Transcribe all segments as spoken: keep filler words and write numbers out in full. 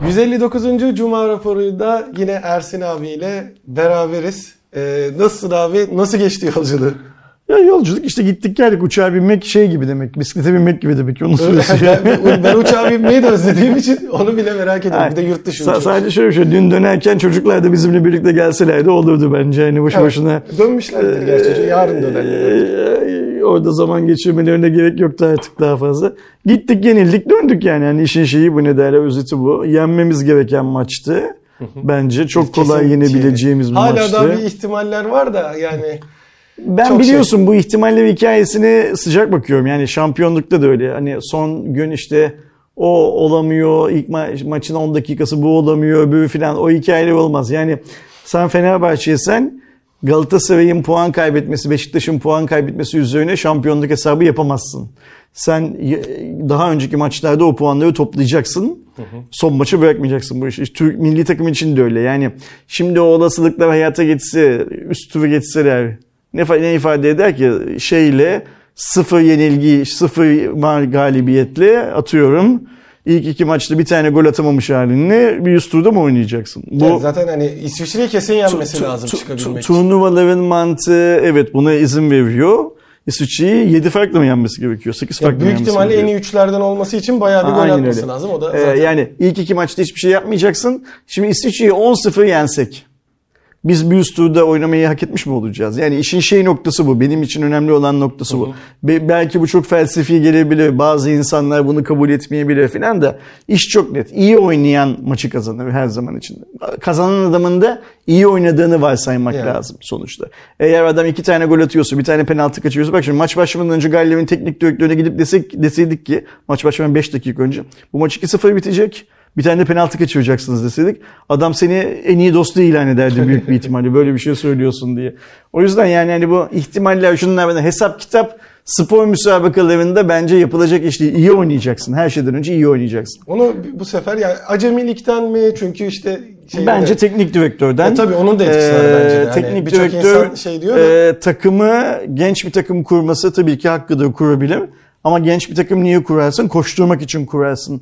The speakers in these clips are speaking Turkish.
yüz elli dokuzuncu Cuma raporuyla yine Ersin abiyle beraberiz. Ee, nasılsın abi? Nasıl geçti yolculuğu? Ya yolculuk işte gittik geldik, uçağa binmek şey gibi demek, bisiklete binmek gibi demek, onu söylüyorsun. ben, ben uçağa binmeyi de özlediğim için onu bile merak ediyorum. Bir de yurt dışı uçağı. Sadece şöyle bir şey, dün dönerken çocuklar da bizimle birlikte gelselerdi olurdu bence. Yani boşu evet, boşuna. Dönmüşlerdir gerçi, yarın dönerler. Orada zaman geçirmelerine gerek yoktu artık daha fazla. Gittik, yenildik, döndük yani. Yani işin şeyi bu, ne derler, özeti bu. Yenmemiz gereken maçtı. Bence çok kolay yenebileceğimiz bir Hala maçtı. Hala daha bir ihtimaller var da yani. Ben çok biliyorsun şey. Bu ihtimaller hikayesine sıcak bakıyorum. Yani şampiyonlukta da öyle. Hani son gün işte o olamıyor, ilk ma- maçın on dakikası bu olamıyor, öbürü filan, o hikayeler olmaz. Yani sen Fenerbahçe'ysen Galatasaray'ın puan kaybetmesi, Beşiktaş'ın puan kaybetmesi üzerine şampiyonluk hesabı yapamazsın. Sen daha önceki maçlarda o puanları toplayacaksın. Hı hı. Son maçı bırakmayacaksın bu işi. Türk milli takım için de öyle. Yani şimdi o olasılıklar hayata geçse, üst turu geçseler ne, ne ifade eder ki? Şeyle sıfır yenilgi, sıfır galibiyetle atıyorum. İlk iki maçta bir tane gol atamamış halini bir üst turda mı oynayacaksın? Bu evet, zaten hani İsviçre'yi kesin yenmesi tu, lazım tu, çıkabilmek tu, için. Turnuvaların mantığı evet buna izin veriyor. İsviçre'yi yedi farklı mı yenmesi gerekiyor? sekiz farklı mı yenmesi gerekiyor? Büyük ihtimalle en iyi üçlerden olması için bayağı bir gol aynen atması öyle. lazım. O da zaten... ee, yani ilk iki maçta hiçbir şey yapmayacaksın. Şimdi İsviçre'yi on sıfır yensek, biz bir üst turda oynamayı hak etmiş mi olacağız? Yani işin şey noktası bu. Benim için önemli olan noktası bu. Be- belki bu çok felsefi gelebilir. Bazı insanlar bunu kabul etmeyebilir filan da iş çok net. İyi oynayan maçı kazanır her zaman için. Kazanan adamın da iyi oynadığını varsaymak yani lazım sonuçta. Eğer adam iki tane gol atıyorsa, bir tane penaltı kaçırıyorsa, bak şimdi maç başlamadan önce Galler'in teknik direktörüne gidip desek, deseydik ki maç başlamadan beş dakika önce bu maç iki sıfır bitecek. Bir tane de penaltı kaçıracaksınız deseydik, adam seni en iyi dostu ilan ederdi büyük bir ihtimalle, böyle bir şey söylüyorsun diye. O yüzden yani hani bu ihtimaller, şunlar, hesap kitap spor müsabakalarında bence yapılacak iş değil. İyi oynayacaksın. Her şeyden önce iyi oynayacaksın. Onu bu sefer yani acemilikten mi? Çünkü işte şey bence de, teknik direktörden. E tabii onun da etkisi var bence. Yani teknik direktör şey diyor da. E, takımı, genç bir takım kurması tabii ki hakkıdır, kurabilir. Ama genç bir takım niye kurarsın? Koşturmak için kurarsın.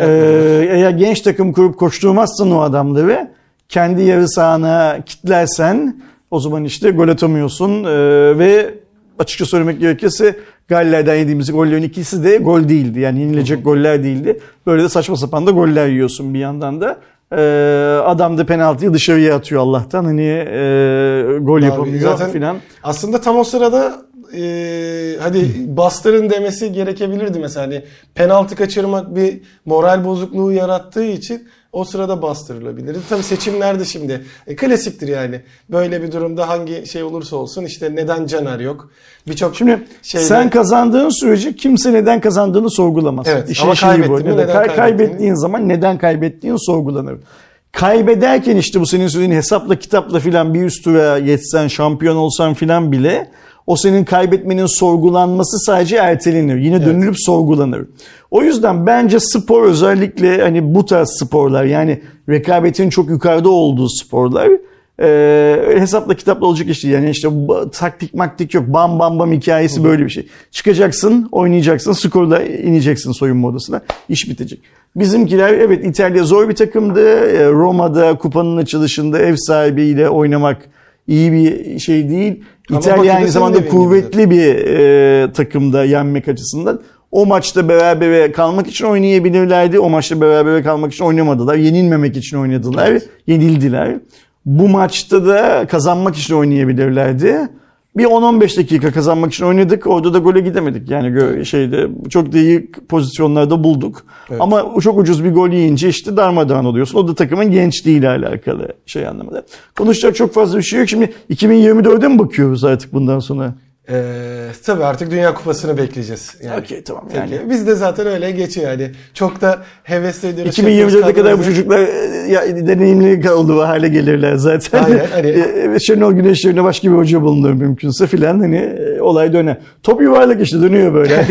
Ee, eğer genç takım kurup koşturmazsan o adamları, kendi yarı sahana kitlersen o zaman işte gol atamıyorsun. Ee, ve açıkça söylemek gerekirse Galler'den yediğimiz gollerin ikisi de gol değildi. Yani yenilecek hı hı. goller değildi. Böyle de saçma sapan da goller yiyorsun bir yandan da. Ee, adam da penaltıyı dışarıya atıyor Allah'tan. Hani e, gol abi yapamıyor filan. Aslında tam o sırada Ee, hadi bastırın demesi gerekebilirdi mesela. Hani penaltı kaçırmak bir moral bozukluğu yarattığı için o sırada bastırılabilirdi. Tabii seçimlerde şimdi e, klasiktir yani. Böyle bir durumda hangi şey olursa olsun işte neden Caner yok? Birçok şimdi şeyde... sen kazandığın sürece kimse neden kazandığını sorgulamaz. Evet, İşin ama kaybettin bu. mi, neden Kay- kaybettiğin zaman neden kaybettiğin sorgulanır. Kaybederken işte bu senin söylediğin hesapla kitapla filan bir üst tura geçsen, şampiyon olsan filan bile o senin kaybetmenin sorgulanması sadece ertelenir. Yine dönülüp evet. sorgulanır. O yüzden bence spor, özellikle hani bu tarz sporlar, yani rekabetin çok yukarıda olduğu sporlar, e, hesapla kitapla olacak iş değil. Yani işte taktik maktik yok. Bam bam bam hikayesi, böyle bir şey. Çıkacaksın, oynayacaksın, skorla ineceksin soyunma odasına. İş bitecek. Bizimkiler evet, İtalya zor bir takımdı. Roma'da kupanın açılışında ev sahibiyle oynamak iyi bir şey değil. Ama İtalya aynı zamanda kuvvetli bir e, takımda yenmek açısından. O maçta berabere kalmak için oynayabilirlerdi. O maçta berabere kalmak için oynamadılar. Yenilmemek için oynadılar. Evet. Yenildiler. Bu maçta da kazanmak için oynayabilirlerdi. Bir on on beş dakika kazanmak için oynadık. Orada da gole gidemedik. Yani şeyde çok da iyi pozisyonlarda bulduk. Evet. Ama çok ucuz bir gol yiyince işte darmadağın oluyorsun. O da takımın gençliğiyle alakalı şey anlamında. Konuşacak çok fazla bir şey yok. Şimdi iki bin yirmi dörde mi bakıyoruz artık bundan sonra? Ee, tabii artık Dünya Kupası'nı bekleyeceğiz. Yani. Okey, tamam. Yani. Biz de zaten öyle geçiyor yani. Çok da hevesli ediyoruz. iki bin yirmi dörde kadar bu çocuklar ya, deneyimli olduğu hale gelirler zaten. Aynen. Hani... Şenol Güneş yerine başka bir hoca bulunur mümkünse filan, hani olay döner. Top yuvarlak işte, dönüyor böyle.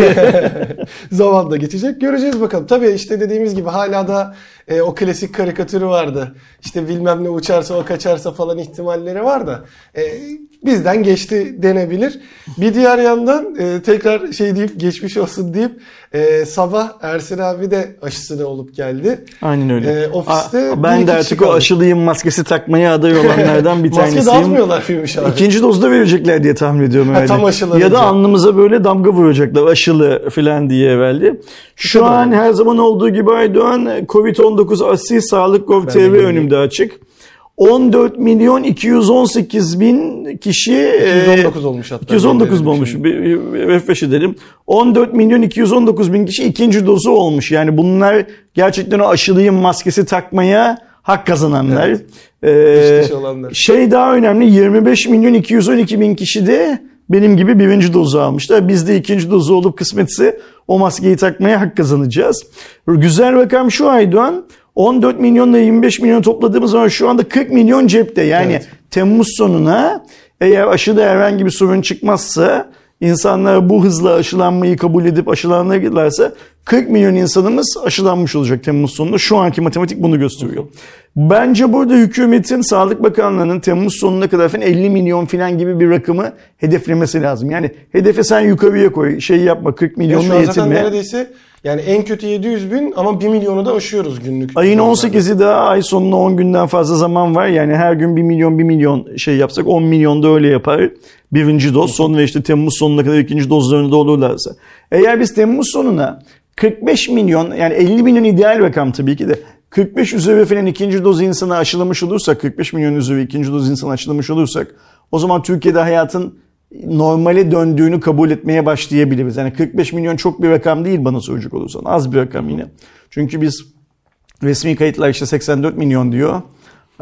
Zamanla geçecek. Göreceğiz bakalım. Tabii işte dediğimiz gibi hala da e, o klasik karikatürü vardı. İşte bilmem ne uçarsa o kaçarsa falan ihtimalleri var da e, bizden geçti denebilir. Bir diğer yandan e, tekrar şey deyip geçmiş olsun deyip Ee, sabah Ersin abi de aşısını olup geldi. Aynen öyle. Ee, ofiste Aa, ben de artık o aşılıyım maskesi takmaya aday olanlardan bir tanesiyim. Maske dağıtmıyorlar mıymış abi? İkinci dozda verecekler diye tahmin ediyorum Ha, tam aşılanınca. Ya da alnımıza böyle damga vuracaklar aşılı falan diye evveldi. Şu Tabii. an her zaman olduğu gibi Aydoğan covid on dokuz Asil Sağlık nokta gov nokta tr önümde açık. on dört milyon iki yüz on sekiz bin kişi iki yüz on dokuz olmuş hatta. iki yüz on dokuz mu olmuş? Refresh edelim. on dört milyon iki yüz on dokuz bin kişi ikinci dozu olmuş. Yani bunlar gerçekten o aşılıyım maskesi takmaya hak kazananlar. Evet. Ee, şey daha önemli, yirmi beş milyon iki yüz on iki bin kişi de benim gibi birinci dozu almışlar. Biz de ikinci dozu olup kısmetse o maskeyi takmaya hak kazanacağız. Güzel rakam şu Aydoğan. on dört milyonla yirmi beş milyon topladığımız zaman şu anda kırk milyon cepte. Yani evet. Temmuz sonuna eğer aşıda herhangi bir sorun çıkmazsa, insanlar bu hızla aşılanmayı kabul edip aşılanırlarsa kırk milyon insanımız aşılanmış olacak Temmuz sonunda. Şu anki matematik bunu gösteriyor. Bence burada hükümetin, Sağlık Bakanlığı'nın Temmuz sonuna kadar falan elli milyon falan gibi bir rakamı hedeflemesi lazım. Yani hedefe sen yukarıya koy, şey yapma, kırk milyonla yetinme. Şu an zaten neredeyse yani en kötü yedi yüz bin ama bir milyonu da aşıyoruz günlük. Ayın on sekizi daha, ay sonuna on günden fazla zaman var. Yani her gün bir milyon bir milyon şey yapsak on milyon da öyle yapar. Birinci doz, son ve işte Temmuz sonuna kadar ikinci dozlarını da olurlarsa. Eğer biz Temmuz sonuna kırk beş milyon, yani elli milyon ideal rakam tabii ki de, kırk beş üzeri falan ikinci doz insanı aşılamış olursak, kırk beş milyon üzeri ikinci doz insanı aşılamış olursak, o zaman Türkiye'de hayatın normale döndüğünü kabul etmeye başlayabiliriz. Yani kırk beş milyon çok bir rakam değil bana soracak olursan. Az bir rakam yine. Çünkü biz resmi kayıtlar işte seksen dört milyon diyor. Ee,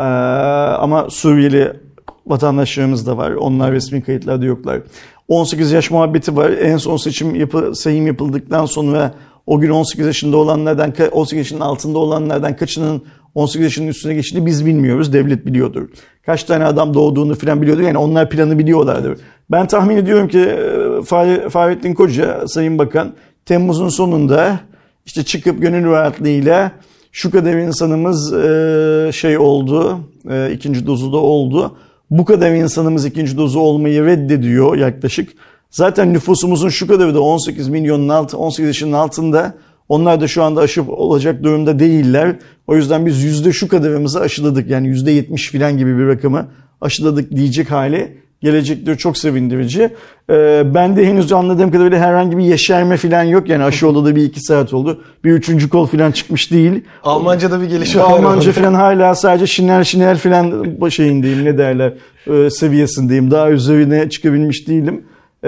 ama Suriyeli vatandaşlarımız da var. Onlar resmi kayıtlarda yoklar. on sekiz yaş muhabbeti var. En son seçim yapı, sayım yapıldıktan sonra o gün on sekiz yaşında olanlardan, on sekiz yaşının altında olanlardan kaçının on sekiz yaşının üstüne geçtiğini biz bilmiyoruz. Devlet biliyordur. Kaç tane adam doğduğunu falan biliyordur. Yani onlar planı biliyorlardır. Ben tahmin ediyorum ki Fahrettin Koca, Sayın Bakan, Temmuz'un sonunda işte çıkıp gönül rahatlığıyla şu kadar insanımız şey oldu, ikinci dozu da oldu. Bu kadar insanımız ikinci dozu olmayı reddediyor yaklaşık. Zaten nüfusumuzun şu kadarı da on sekiz milyonun altı, on sekiz yaşının altında. Onlar da şu anda aşı olacak durumda değiller. O yüzden biz yüzde şu kadarımızı aşıladık. Yani yüzde yetmiş falan gibi bir rakamı aşıladık diyecek hale gelecektir. Çok sevindirici. Ee, ben de henüz anladığım kadarıyla herhangi bir yeşerme falan yok. Yani aşı olalı bir iki saat oldu. Bir üçüncü kol falan çıkmış değil. Almanca'da bir gelişme var. Almanca falan hala sadece şinel şinel falan şeyindeyim, ne derler, e, seviyesindeyim. Daha üzerine çıkabilmiş değilim.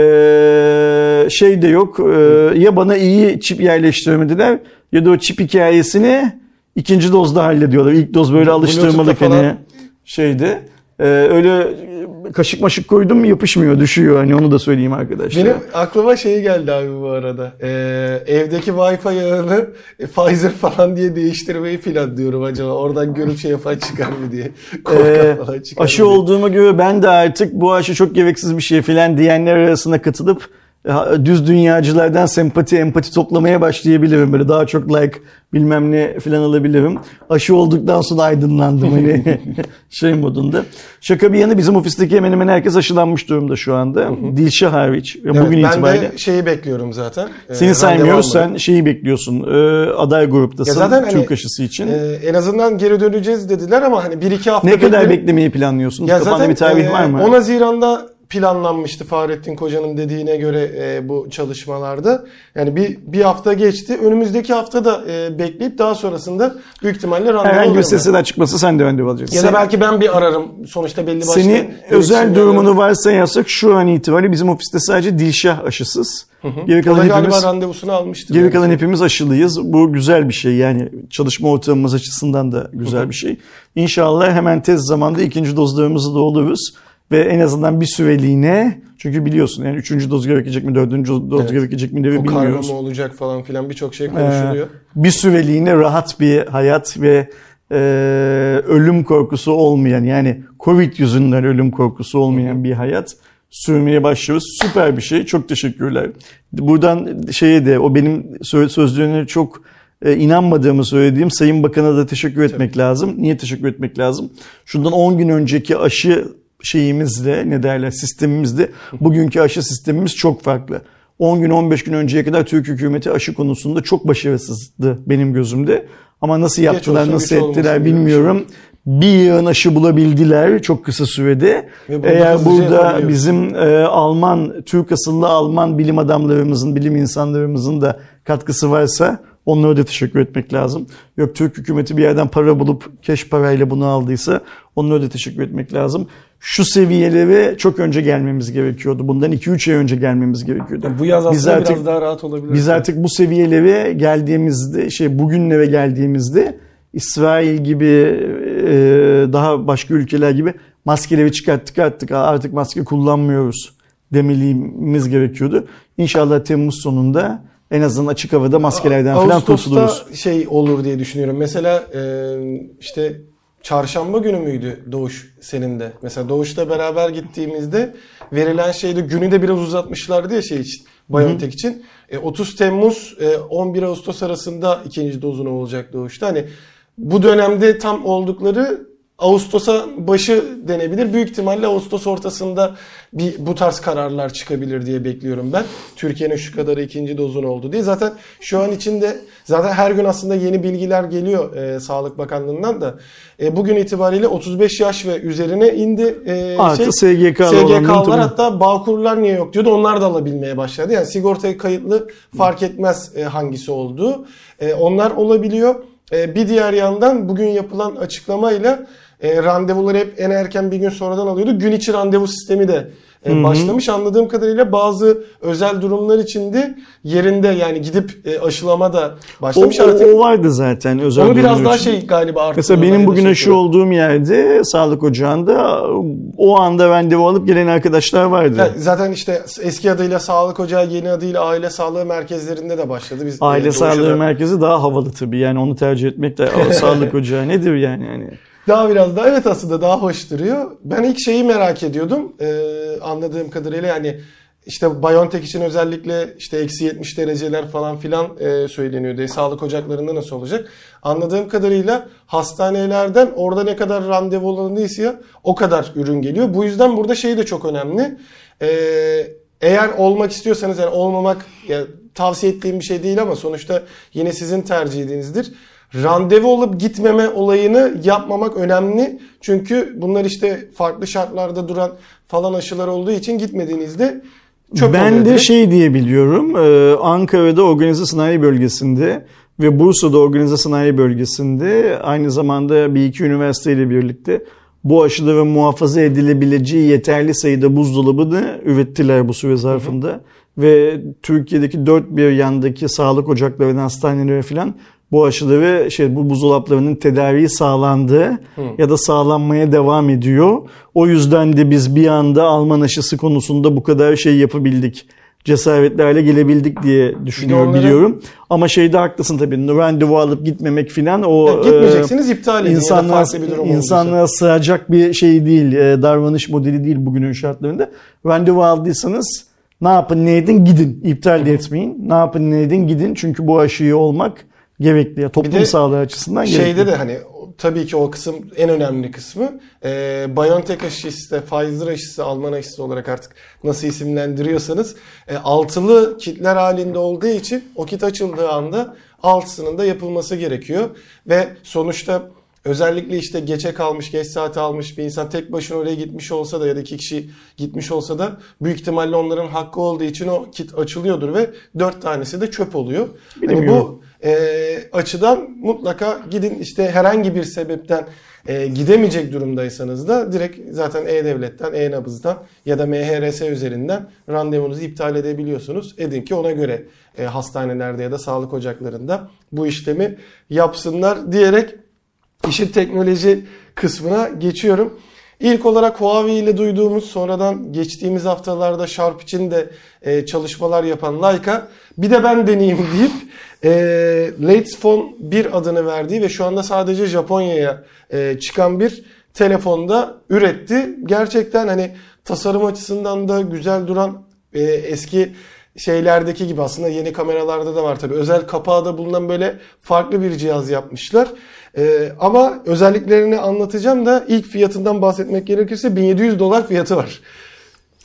Ee, şey de yok. Ee, ya bana iyi çip yerleştirmediler ya da o çip hikayesini ikinci dozda hallediyorlar. İlk doz böyle alıştırmalık hani şeydi. Ee, öyle kaşık maşık koydum mu yapışmıyor, düşüyor. Hani onu da söyleyeyim arkadaşlar. Benim aklıma şey geldi abi bu arada. Ee, evdeki Wi-Fi ağını Pfizer falan diye değiştirmeyi planlıyorum acaba. Oradan görüp şey yapan çıkar mı diye. Ee, falan çıkar aşı mı diye. Olduğuma göre ben de artık bu aşı çok gereksiz bir şey falan diyenler arasına katılıp düz dünyacılardan sempati, empati toplamaya başlayabilirim. Böyle daha çok like bilmem ne falan alabilirim. Aşı olduktan sonra aydınlandım hani şey modunda. Şaka bir yana bizim ofisteki hemen hemen herkes aşılanmış durumda şu anda. Dilşah hariç. Evet, bugün ben itibariyle. Ben de şeyi bekliyorum zaten. Seni ee, saymıyoruz, sen şeyi bekliyorsun. E, aday gruptasın zaten Türk hani, aşısı için. E, en azından geri döneceğiz dediler ama hani bir iki hafta... Ne kadar bekle... beklemeyi planlıyorsun? Ya zaten bir tarih e, var mı? on Haziran'da planlanmıştı Fahrettin Koca'nın dediğine göre e, bu çalışmalarda. Yani bir bir hafta geçti. Önümüzdeki hafta da e, bekleyip daha sonrasında büyük ihtimalle randevu alacağım. Herhangi bir sesler çıkması sen de randevu alacaksın. Ya da belki ben bir ararım. Sonuçta belli başlı. Senin özel durumunu varsayarsak şu an itibariyle bizim ofiste sadece Dilşah aşısız. Hı hı. Geri kalan galiba hepimiz, randevusunu almıştır. Geri yani. kalan hepimiz aşılıyız. Bu güzel bir şey. Yani çalışma ortamımız açısından da güzel hı hı. bir şey. İnşallah hemen tez zamanda ikinci dozlarımızı da oluruz. Ve en azından bir süreliğine, çünkü biliyorsun yani üçüncü doz gerekecek mi, dördüncü doz evet. gerekecek mi de bilmiyoruz. O kargo mu olacak falan filan birçok şey konuşuluyor. Ee, bir süreliğine rahat bir hayat ve e, ölüm korkusu olmayan, yani Covid yüzünden ölüm korkusu olmayan bir hayat sürmeye başlıyoruz. Süper bir şey. Çok teşekkürler. Buradan şeye de, o benim sözlerine çok e, inanmadığımı söylediğim Sayın Bakan'a da teşekkür etmek Tabii. lazım. Niye teşekkür etmek lazım? Şundan on gün önceki aşı şeyimizle, ne derler, sistemimizle bugünkü aşı sistemimiz çok farklı. on gün on beş gün önceye kadar Türk hükümeti aşı konusunda çok başarısızdı benim gözümde. Ama nasıl yaptılar, olsun, nasıl olmasın ettiler bilmiyorum. Bir yığın aşı bulabildiler çok kısa sürede. Eğer burada bizim e, Alman, Türk asıllı Alman bilim adamlarımızın, bilim insanlarımızın da katkısı varsa onlara da teşekkür etmek lazım. Yok Türk hükümeti bir yerden para bulup keş parayla bunu aldıysa onlara da teşekkür etmek lazım. Şu seviyelere çok önce gelmemiz gerekiyordu. Bundan iki üç ay önce gelmemiz gerekiyordu. Yani bu yaz aslında biz artık, biraz daha rahat olabilir. Biz artık bu seviyelere geldiğimizde, şey bugünlere geldiğimizde İsrail gibi e, daha başka ülkeler gibi maskeleri çıkarttık artık artık maske kullanmıyoruz demelimiz gerekiyordu. İnşallah Temmuz sonunda en azından açık havada maskelerden falan kurtuluruz. Ağustos'ta şey olur diye düşünüyorum. Mesela e, işte çarşamba günü müydü Doğuş senin de? Mesela Doğuş'la beraber gittiğimizde verilen şeyde günü de biraz uzatmışlardı ya şey için, BioNTech için. E, otuz Temmuz e, on bir Ağustos arasında ikinci dozunu olacak Doğuş'ta. Hani bu dönemde tam oldukları Ağustos'a başı denebilir. Büyük ihtimalle Ağustos ortasında bir bu tarz kararlar çıkabilir diye bekliyorum ben. Türkiye'nin şu kadarı ikinci dozun oldu diye. Zaten şu an içinde zaten her gün aslında yeni bilgiler geliyor e, Sağlık Bakanlığı'ndan da. E, bugün itibariyle otuz beş yaş ve üzerine indi. E, Artı şey, S G K'lar S G K'lar hatta Bağkurlar niye yok diyordu. Onlar da alabilmeye başladı. Yani sigortaya kayıtlı fark etmez e, hangisi olduğu. E, onlar olabiliyor. E, bir diğer yandan bugün yapılan açıklamayla E, randevuları hep en erken bir gün sonradan alıyordu. Gün içi randevu sistemi de e, başlamış. Anladığım kadarıyla bazı özel durumlar içinde yerinde yani gidip e, aşılama da başlamış. O, Artık o vardı zaten özel onu biraz daha için. şey galiba arttırdı. Mesela benim bugün aşı olduğum yerde sağlık ocağında o anda randevu alıp gelen arkadaşlar vardı. Yani zaten işte eski adıyla sağlık ocağı, yeni adıyla aile sağlığı merkezlerinde de başladı. Biz aile e, sağlığı merkezi daha havalı tabii. Yani onu tercih etmek de sağlık ocağı nedir yani yani. Daha biraz daha evet aslında daha hoş duruyor. Ben ilk şeyi merak ediyordum. Ee, anladığım kadarıyla yani işte BioNTech için özellikle işte eksi yetmiş dereceler falan filan e, söyleniyordu. E, sağlık ocaklarında nasıl olacak? Anladığım kadarıyla hastanelerden orada ne kadar randevu alındıysa o kadar ürün geliyor. Bu yüzden burada şey de çok önemli. Ee, eğer olmak istiyorsanız yani olmamak yani, tavsiye ettiğim bir şey değil ama sonuçta yine sizin tercihinizdir. Randevu olup gitmeme olayını yapmamak önemli. Çünkü bunlar işte farklı şartlarda duran falan aşılar olduğu için gitmediğinizde çöp oluyor. Ben de şey diyebiliyorum. Ankara'da organize sanayi bölgesinde ve Bursa'da organize sanayi bölgesinde aynı zamanda bir iki üniversiteyle birlikte bu aşıların muhafaza edilebileceği yeterli sayıda buzdolabını ürettiler bu süre zarfında. Hı hı. Ve Türkiye'deki dört bir yandaki sağlık ocaklarına, hastanelere falan bu aşıları şey bu buzdolaplarının tedariği sağlandı Hı. ya da sağlanmaya devam ediyor. O yüzden de biz bir anda Alman aşısı konusunda bu kadar şey yapabildik. Cesaretlerle gelebildik diye düşünüyorum onları... biliyorum. Ama şeyde haklısın tabii. Randevu alıp gitmemek filan o yani gitmeyeceksiniz, iptal edin insanlar, ya da farklı bir durum insanlığa sığacak bir şey değil. Davranış modeli değil bugünün şartlarında. Randevu aldıysanız ne yapın ne edin gidin. İptal de etmeyin. Ne yapın ne edin gidin. Çünkü bu aşıyı olmak gerekli. Toplum sağlığı açısından şeyde gerekli. Şeyde de hani tabii ki o kısım en önemli kısmı. Ee, BioNTech aşısı da Pfizer aşısı, Alman aşısı olarak artık nasıl isimlendiriyorsanız e, altılı kitler halinde olduğu için o kit açıldığı anda altısının da yapılması gerekiyor. Ve sonuçta özellikle işte geçe kalmış, geç saate almış bir insan tek başına oraya gitmiş olsa da ya da iki kişi gitmiş olsa da büyük ihtimalle onların hakkı olduğu için o kit açılıyordur ve dört tanesi de çöp oluyor. Yani bu e, açıdan mutlaka gidin işte herhangi bir sebepten e, gidemeyecek durumdaysanız da direkt zaten E-Devlet'ten, E-Nabız'dan ya da M H R S üzerinden randevunuzu iptal edebiliyorsunuz. Edin ki ona göre e, hastanelerde ya da sağlık ocaklarında bu işlemi yapsınlar diyerek İşin teknoloji kısmına geçiyorum. İlk olarak Huawei ile duyduğumuz, sonradan geçtiğimiz haftalarda Sharp için de e, çalışmalar yapan Leica, bir de ben deneyeyim deyip e, Latest Phone bir adını verdiği ve şu anda sadece Japonya'ya e, çıkan bir telefonda üretti. Gerçekten hani tasarım açısından da güzel duran e, eski şeylerdeki gibi aslında yeni kameralarda da var tabii. Özel kapağı da bulunan böyle farklı bir cihaz yapmışlar. Ee, ama özelliklerini anlatacağım da ilk fiyatından bahsetmek gerekirse bin yedi yüz dolar fiyatı var.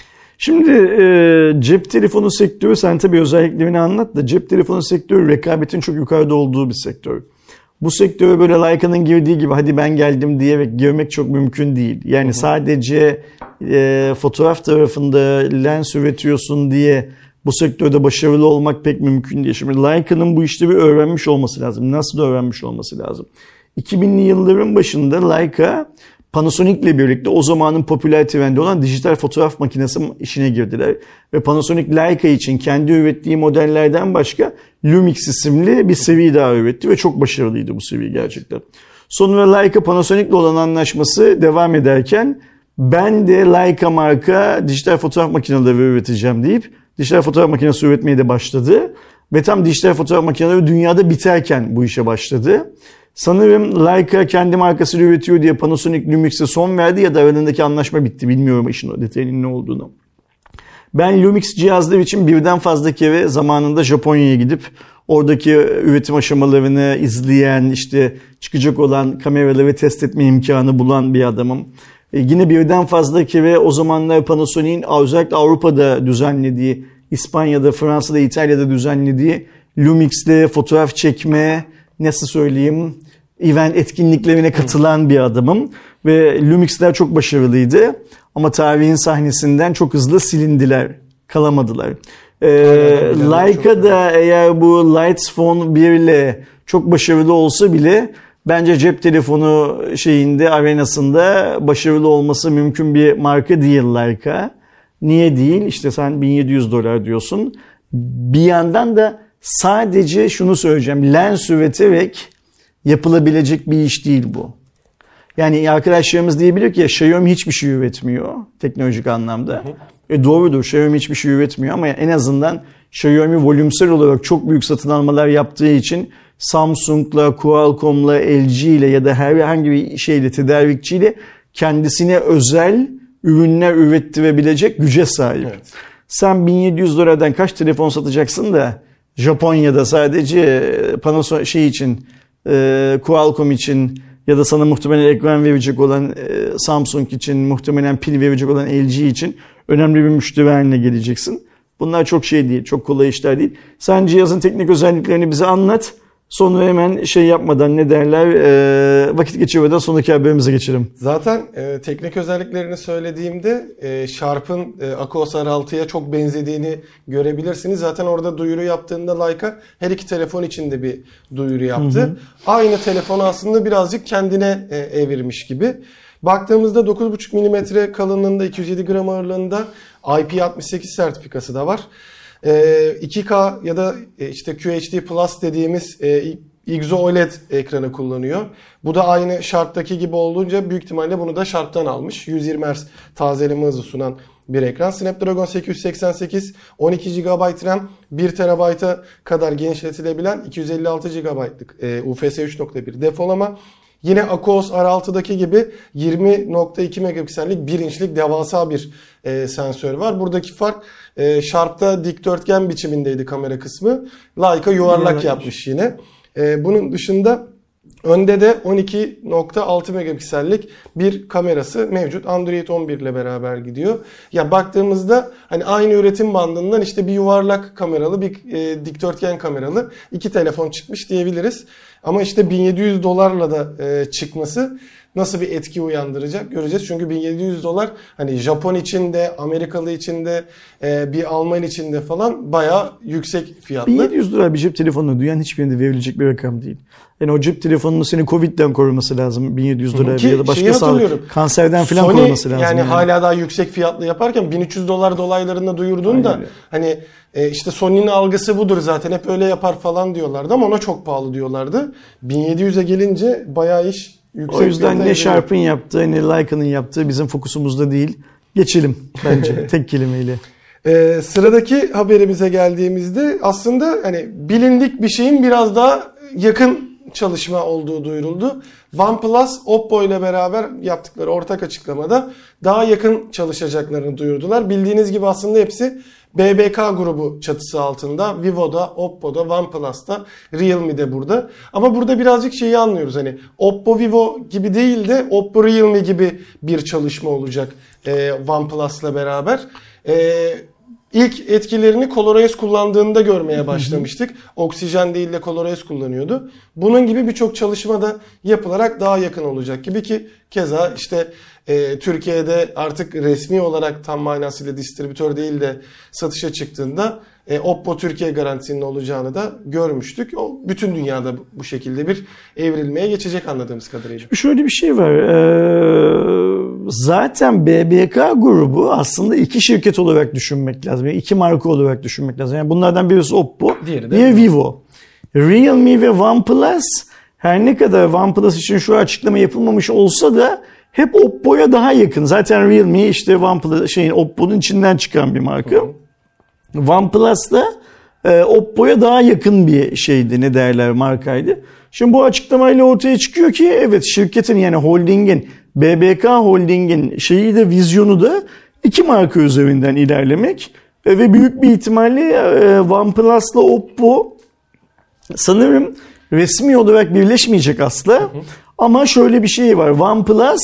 Şimdi e, cep telefonu sektörü, sen tabii özelliklerini anlat da, cep telefonu sektörü rekabetin çok yukarıda olduğu bir sektör. Bu sektöre böyle Leica'nın girdiği gibi hadi ben geldim diyerek girmek çok mümkün değil. Yani hı hı. sadece e, fotoğraf tarafında lens üretiyorsun diye bu sektörde başarılı olmak pek mümkün değil. Şimdi Leica'nın bu işleri öğrenmiş olması lazım. Nasıl öğrenmiş olması lazım? iki binli yılların başında Leica, Panasonic'le birlikte o zamanın popüler trendi olan dijital fotoğraf makinesi işine girdiler. Ve Panasonic Leica için kendi ürettiği modellerden başka Lumix isimli bir seri daha üretti ve çok başarılıydı bu seri gerçekten. Sonra Leica Panasonic'le olan anlaşması devam ederken ben de Leica marka dijital fotoğraf makineleri üreteceğim deyip dijital fotoğraf makinesi üretmeye de başladı. Ve tam dijital fotoğraf makineleri dünyada biterken bu işe başladı. Sanırım Leica kendi markasını üretiyor diye Panasonic Lumix'e son verdi ya da aralarındaki anlaşma bitti. Bilmiyorum işin o detayının ne olduğunu. Ben Lumix cihazlar için birden fazla kere zamanında Japonya'ya gidip oradaki üretim aşamalarını izleyen, işte çıkacak olan kameraları test etme imkanı bulan bir adamım. E yine birden fazla kere o zamanlar Panasonic'in özellikle Avrupa'da düzenlediği, İspanya'da, Fransa'da, İtalya'da düzenlediği Lumix'le fotoğraf çekme, nasıl söyleyeyim, event etkinliklerine katılan bir adamım. Ve Lumix'ler çok başarılıydı. Ama tarihin sahnesinden çok hızlı silindiler. Kalamadılar. Ee, Leica'da eğer bu Lights Phone bir ile çok başarılı olsa bile bence cep telefonu şeyinde, arenasında başarılı olması mümkün bir marka değil Leica. Niye değil? İşte sen bin yedi yüz dolar diyorsun. Bir yandan da sadece şunu söyleyeceğim. Lens üreterek yapılabilecek bir iş değil bu. Yani arkadaşlarımız diyebilir ki ya Xiaomi hiçbir şey üretmiyor teknolojik anlamda. Hı hı. E doğrudur, Xiaomi hiçbir şey üretmiyor ama en azından Xiaomi volümsel olarak çok büyük satın almalar yaptığı için Samsung'la, Qualcomm'la, L G ile ya da herhangi bir şeyle, tedarikçiyle kendisine özel ürünler ürettirebilecek güce sahip. Evet. Sen bin yedi yüz dolardan kaç telefon satacaksın da Japonya'da sadece Panasonic şey için, e, Qualcomm için ya da sana muhtemelen ekran verecek olan e, Samsung için, muhtemelen pil verecek olan L G için önemli bir müşteri haline geleceksin. Bunlar çok şey değil, çok kolay işler değil. Sen cihazın teknik özelliklerini bize anlat. Sonra hemen şey yapmadan, ne derler, e, vakit geçirmeden sonraki haberimize geçelim. Zaten e, teknik özelliklerini söylediğimde e, Sharp'ın e, Aquos R altıya çok benzediğini görebilirsiniz. Zaten orada duyuru yaptığında Leica her iki telefon için de bir duyuru yaptı. Hı hı. Aynı telefonu aslında birazcık kendine e, evirmiş gibi. Baktığımızda dokuz buçuk milimetre kalınlığında, iki yüz yedi gram ağırlığında I P altmış sekiz sertifikası da var. iki K ya da işte Q H D Plus dediğimiz I G S O O L E D ekranı kullanıyor. Bu da aynı Sharp'taki gibi olduğunca büyük ihtimalle bunu da Sharp'tan almış. yüz yirmi hertz tazeleme hızı sunan bir ekran. Snapdragon sekiz yüz seksen sekiz, on iki gigabayt RAM, bir terabayta kadar genişletilebilen iki yüz elli altı gigabaytlık U F S üç nokta bir depolama. Yine Aquos R altıdaki gibi yirmi nokta iki megapiksellik bir inçlik devasa bir e, sensör var. Buradaki fark e, Sharp'ta dikdörtgen biçimindeydi kamera kısmı. Leica yuvarlak yapmış yine. E, bunun dışında önde de on iki nokta altı megapiksellik bir kamerası mevcut. Android on bir ile beraber gidiyor. Ya baktığımızda hani aynı üretim bandından işte bir yuvarlak kameralı, bir e, dikdörtgen kameralı iki telefon çıkmış diyebiliriz. Ama işte bin yedi yüz dolarla da e, çıkması nasıl bir etki uyandıracak göreceğiz. Çünkü bin yedi yüz dolar hani Japon için de, Amerikalı için de, e, bir Alman için de falan bayağı yüksek fiyatlı. bin yedi yüz dolar bir cep telefonuna dünyanın hiçbirinde verilecek bir rakam değil. Yani o cep telefonunu seni Covid'den koruması lazım bin yedi yüz dolar ya da başka sağlık, kanserden falan Sony, koruması lazım. Yani, yani hala daha yüksek fiyatlı yaparken bin üç yüz dolar dolaylarında duyurduğunda hani e, işte Sony'nin algısı budur zaten hep öyle yapar falan diyorlardı ama ona çok pahalı diyorlardı. bin yedi yüze gelince bayağı iş yüksek. O yüzden ne Sharp'ın yaptığı ne Leica'nın yaptığı bizim fokusumuzda değil. Geçelim bence tek kelimeyle. Ee, sıradaki haberimize geldiğimizde aslında hani bilindik bir şeyin biraz daha yakın çalışma olduğu duyuruldu. OnePlus, Oppo ile beraber yaptıkları ortak açıklamada daha yakın çalışacaklarını duyurdular. Bildiğiniz gibi aslında hepsi B B K grubu çatısı altında Vivo'da, Oppo'da, OnePlus'ta, Realme'de burada. Ama burada birazcık şeyi anlıyoruz. Hani Oppo, Vivo gibi değil de Oppo, Realme gibi bir çalışma olacak e, OnePlus'la beraber. E, ilk etkilerini ColorOS kullandığında görmeye başlamıştık. Oksijen değil de ColorOS kullanıyordu. Bunun gibi birçok çalışma da yapılarak daha yakın olacak gibi ki keza işte e, Türkiye'de artık resmi olarak tam manasıyla distribütör değil de satışa çıktığında e, Oppo Türkiye garantisinin olacağını da görmüştük. O bütün dünyada bu şekilde bir evrilmeye geçecek anladığımız kadarıyla. Şöyle bir şey var. Ee, zaten B B K grubu aslında iki şirket olarak düşünmek lazım. Yani iki marka olarak düşünmek lazım. Yani bunlardan birisi Oppo, diğeri de Vivo. Realme ve OnePlus her ne kadar OnePlus için şu açıklama yapılmamış olsa da hep Oppo'ya daha yakın. Zaten Realme işte OnePlus şeyin Oppo'nun içinden çıkan bir marka. Hı hı. OnePlus da e, Oppo'ya daha yakın bir şeydi, ne derler, markaydı. Şimdi bu açıklamayla ortaya çıkıyor ki evet, şirketin yani holdingin, B B K holdingin şeyi de, vizyonu da iki marka üzerinden ilerlemek e, ve büyük bir ihtimalle e, OnePlus'la Oppo sanırım resmi olarak birleşmeyecek asla. Hı hı. Ama şöyle bir şey var. OnePlus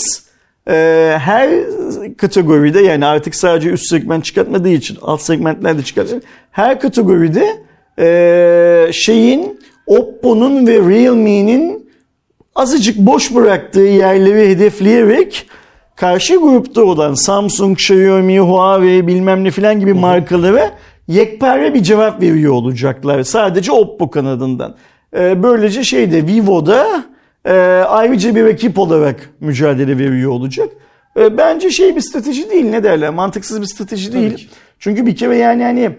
e, her kategoride, yani artık sadece üst segment çıkartmadığı için alt segmentlerde çıkartıyor. Her kategoride e, şeyin, Oppo'nun ve Realme'nin azıcık boş bıraktığı yerleri hedefleyerek karşı grupta olan Samsung, Xiaomi, Huawei bilmem ne filan gibi markalara yekpare bir cevap veriyor olacaklar. Sadece Oppo kanadından. E, böylece şeyde Vivo'da e, ayrıca bir rakip olarak mücadele veriyor olacak. E, bence şey bir strateji değil, ne derler, mantıksız bir strateji değil. Tabii. Çünkü bir kere yani hani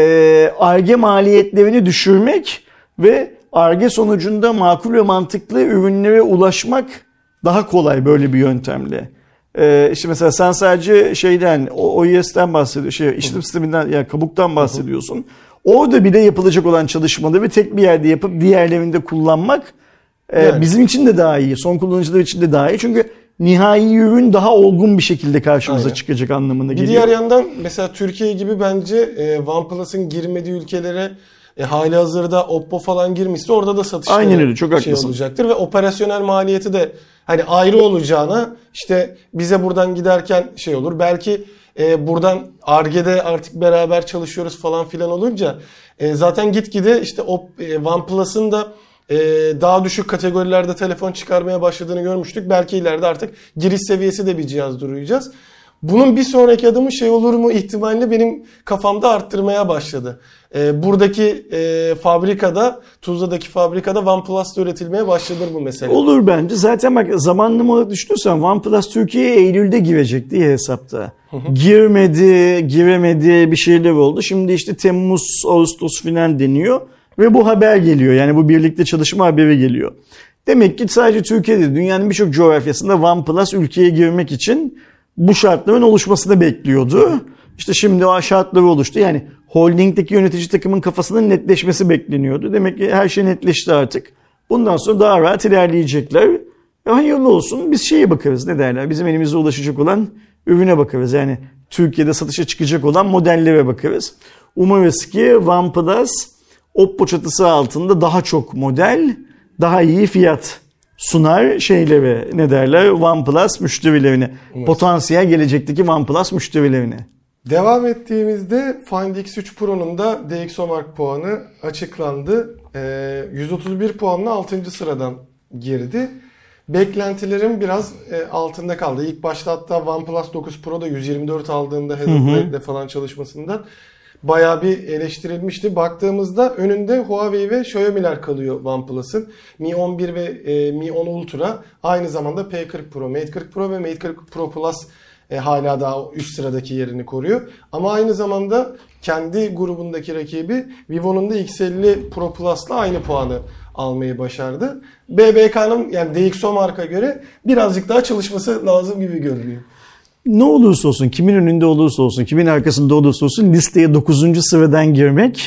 Ar-Ge maliyetlerini düşürmek ve Ar-Ge sonucunda makul ve mantıklı ürünlere ulaşmak daha kolay böyle bir yöntemle. Ee, işte mesela sen sadece şeyden, O I S'ten bahsediyorsun, şey, işletim sisteminden, yani kabuktan bahsediyorsun. Orada bile yapılacak olan çalışmaları tek bir yerde yapıp diğerlerinde kullanmak e, yani bizim için de daha iyi, son kullanıcılar için de daha iyi. Çünkü nihai ürün daha olgun bir şekilde karşımıza Aynen. çıkacak anlamına geliyor. Bir diğer yandan mesela Türkiye gibi bence e, OnePlus'ın girmediği ülkelere e, hali hazırda Oppo falan girmişse orada da satışları Aynen öyle, çok şey haklısın. olacaktır ve operasyonel maliyeti de hani ayrı olacağına, işte bize buradan giderken şey olur. Belki e, buradan Ar-Ge'de artık beraber çalışıyoruz falan filan olunca e, zaten gitgide işte o e, OnePlus'ın da Ee, daha düşük kategorilerde telefon çıkarmaya başladığını görmüştük. Belki ileride artık giriş seviyesi de bir cihaz duracağız. Bunun bir sonraki adımı şey olur mu ihtimalini benim kafamda arttırmaya başladı. Ee, buradaki e, fabrikada, Tuzla'daki fabrikada OnePlus'ta üretilmeye başlanır bu mesele. Olur bence. Zaten bak, zamanlama olarak düşünürsen OnePlus Türkiye'ye Eylül'de girecek diye hesapta. Hı hı. Girmedi, giremedi, bir şeyler oldu. Şimdi işte Temmuz, Ağustos filan deniyor. Ve bu haber geliyor. Yani bu birlikte çalışma haberi geliyor. Demek ki sadece Türkiye'de, dünyanın birçok coğrafyasında OnePlus ülkeye girmek için bu şartların oluşmasını bekliyordu. İşte şimdi o şartları oluştu. Yani holdingdeki yönetici takımın kafasının netleşmesi bekleniyordu. Demek ki her şey netleşti artık. Bundan sonra daha rahat ilerleyecekler. E hayırlı olsun. Biz şeye bakarız, ne derler, bizim elimize ulaşacak olan ürüne bakarız. Yani Türkiye'de satışa çıkacak olan modellere bakarız. Umarız ki OnePlus Oppo çatısı altında daha çok model, daha iyi fiyat sunar şeylere, ne derler, OnePlus müşterilerine. Evet. Potansiyel gelecekteki OnePlus müşterilerine. Devam ettiğimizde Find X üç Pro'nun da DxOMark puanı açıklandı. Ee, yüz otuz bir puanla altıncı sıradan girdi. Beklentilerin biraz e, altında kaldı. İlk başta hatta OnePlus dokuz Pro'da yüz yirmi dört aldığında Head-up falan çalışmasından bayağı bir eleştirilmişti. Baktığımızda önünde Huawei ve Xiaomi'ler kalıyor OnePlus'ın. Mi on bir ve e, Mi on Ultra, aynı zamanda P kırk Pro, Mate kırk Pro ve Mate kırk Pro Plus e, hala daha üst sıradaki yerini koruyor. Ama aynı zamanda kendi grubundaki rakibi Vivo'nun da X elli Pro Plus'la aynı puanı almayı başardı. B B K'nın, yani DxOMark'a göre birazcık daha çalışması lazım gibi görünüyor. Ne olursa olsun, kimin önünde olursa olsun, kimin arkasında olursa olsun listeye dokuzuncu sıradan girmek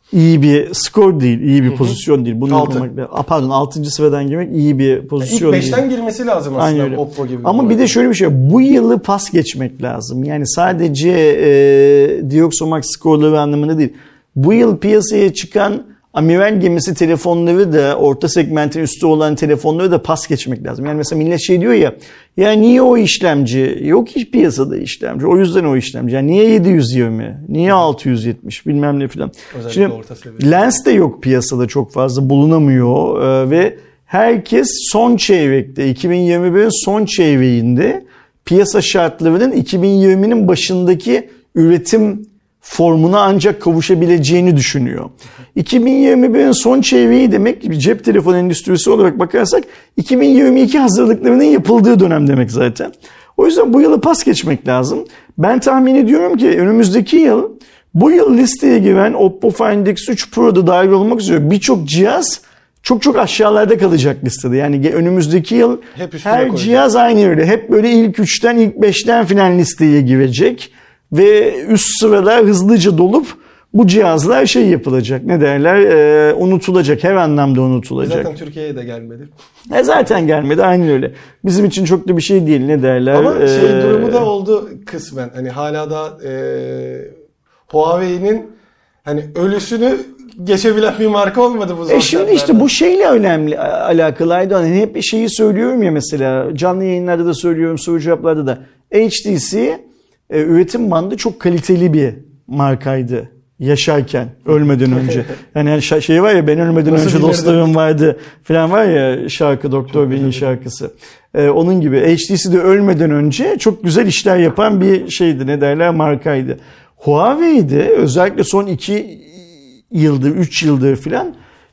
iyi bir skor değil, iyi bir pozisyon değil. Bunu Altı. yapmak, a, pardon altıncı sıradan girmek iyi bir pozisyon İlk değil. beşten girmesi lazım aslında Oppo gibi. Ama bir de şöyle bir şey, bu yılı pas geçmek lazım. Yani sadece e, Dioxomax skorları anlamında değil. Bu yıl piyasaya çıkan amiral gemisi telefonları da, orta segmentin üstü olan telefonları da pas geçmek lazım. Yani mesela millet şey diyor ya, ya niye o işlemci? Yok hiç piyasada işlemci. O yüzden o işlemci. Yani niye yedi yüz yirmi? Niye altı yüz yetmiş? Bilmem ne filan. Şimdi lens de yok piyasada, çok fazla bulunamıyor ee, ve herkes son çeyrekte, iki bin yirmi birin son çeyreğinde piyasa şartlarının iki bin yirminin başındaki üretim formuna ancak kavuşabileceğini düşünüyor. iki bin yirmi birin son çeyreği demek, cep telefonu endüstrisi olarak bakarsak iki bin yirmi iki hazırlıklarının yapıldığı dönem demek zaten. O yüzden bu yılı pas geçmek lazım. Ben tahmin ediyorum ki önümüzdeki yıl bu yıl listeye giren Oppo Find X üç Pro'da dahil olmak üzere birçok cihaz çok çok aşağılarda kalacak listede. Yani önümüzdeki yıl her koyacak. Cihaz aynı öyle. Hep böyle ilk üçten, ilk beşten filan listeye girecek. Ve üst sıralar hızlıca dolup bu cihazlar şey yapılacak, ne derler, e, unutulacak, her anlamda unutulacak. Zaten Türkiye'ye de gelmedi. E zaten gelmedi, aynen öyle. Bizim için çok da bir şey değil, ne derler. Ama şey e, durumu da oldu kısmen. Hani hala da e, Huawei'nin hani ölüsünü geçebilen bir marka olmadı bu zamanlarda. E şimdi işte bu şeyle önemli alakalı Aydoğan. Hani hep bir şeyi söylüyorum ya, mesela canlı yayınlarda da söylüyorum, soru cevaplarda da. H T C e, üretim bandı çok kaliteli bir markaydı yaşarken, ölmeden önce. Yani şey var ya, ben ölmeden Nasıl önce dostlarım vardı falan var ya, şarkı, Doktor Bey'in şarkısı. Ee, onun gibi H T C de ölmeden önce çok güzel işler yapan bir şeydi, ne derler, markaydı. Huawei'de özellikle son iki yıldır, üç yıldır falan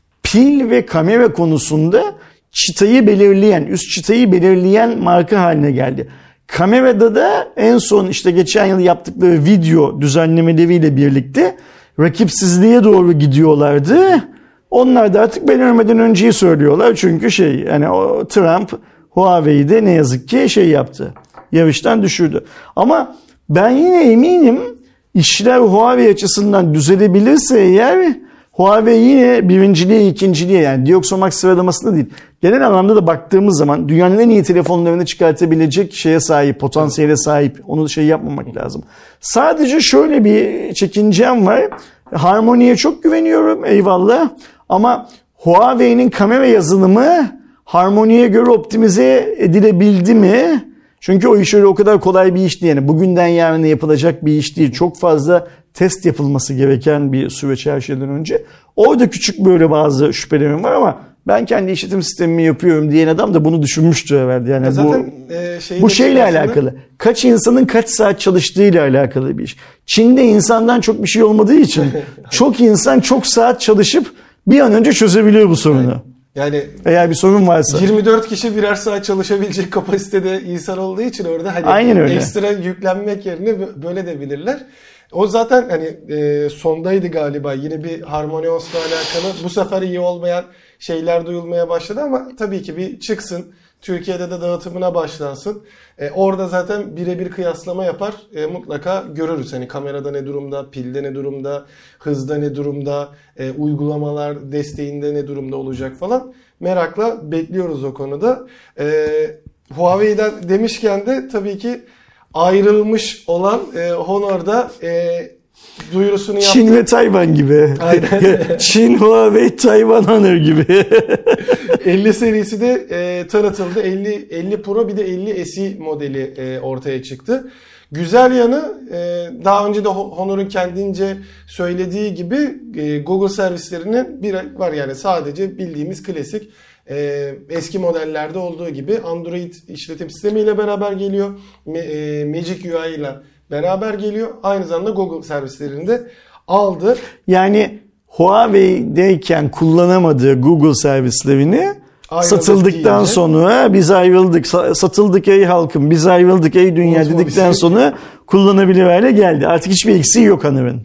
pil ve kamera konusunda çıtayı belirleyen, üst çıtayı belirleyen marka haline geldi. Kamerada da en son işte geçen yıl yaptıkları video düzenlemeleriyle birlikte rakipsizliğe doğru gidiyorlardı. Onlar da artık ben ölmeden önceyi söylüyorlar. Çünkü şey, yani o Trump Huawei'de ne yazık ki şey yaptı. Yarıştan düşürdü. Ama ben yine eminim işler Huawei açısından düzelebilirse eğer, Huawei yine birinciliğe, ikinciliğe, yani Dioxomax sıralamasında değil, genel anlamda da baktığımız zaman dünyanın en iyi telefonlarını çıkartabilecek şeye sahip, potansiyele sahip. Onu şey yapmamak lazım. Sadece şöyle bir çekincem var. Harmony'ye çok güveniyorum, eyvallah. Ama Huawei'nin kamera yazılımı Harmony'ye göre optimize edilebildi mi? Çünkü o iş öyle o kadar kolay bir iş değil. Yani bugünden yarına yapılacak bir iş değil. Çok fazla test yapılması gereken bir süreç her şeyden önce. Orada küçük böyle bazı şüphelerim var ama ben kendi işletim sistemimi yapıyorum diyen adam da bunu düşünmüştür herhalde. Yani zaten, bu e, bu şeyle alakalı. Kaç insanın kaç saat çalıştığıyla alakalı bir iş. Çin'de insandan çok bir şey olmadığı için çok insan çok saat çalışıp bir an önce çözebiliyor bu sorunu. Yani. Yani eğer bir sorun varsa. yirmi dört kişi birer saat çalışabilecek kapasitede insan olduğu için orada hani Aynen öyle. Ekstra yüklenmek yerine böyle de bilirler. O zaten hani e, sondaydı galiba, yine bir HarmonyOS'la alakalı bu sefer iyi olmayan şeyler duyulmaya başladı ama tabii ki bir çıksın. Türkiye'de de dağıtımına başlansın. E, orada zaten birebir kıyaslama yapar. E, mutlaka görürüz. Hani kamerada ne durumda, pilde ne durumda, hızda ne durumda, e, uygulamalar desteğinde ne durumda olacak falan. Merakla bekliyoruz o konuda. E, Huawei'den demişken de tabii ki ayrılmış olan e, Honor'da e, duyurusunu yaptı. Çin ve Tayvan gibi. Aynen. Çin, Huawei, Tayvan, Honor gibi. elli serisi de e, tanıtıldı. elli, elli Pro bir de elli S E modeli e, ortaya çıktı. Güzel yanı e, daha önce de Honor'un kendince söylediği gibi e, Google servislerinin bir var, yani sadece bildiğimiz klasik e, eski modellerde olduğu gibi Android işletim sistemiyle beraber geliyor. E, Magic U I ile beraber geliyor. Aynı zamanda Google servislerinde aldı. Yani Huawei'deyken kullanamadığı Google servislerini ayrıldık satıldıktan deyince, sonra biz ayrıldık, satıldık ey halkım, biz ayrıldık ey dünya dedikten sonra kullanabilir hale geldi. Artık hiçbir eksiği yok Honor'ın.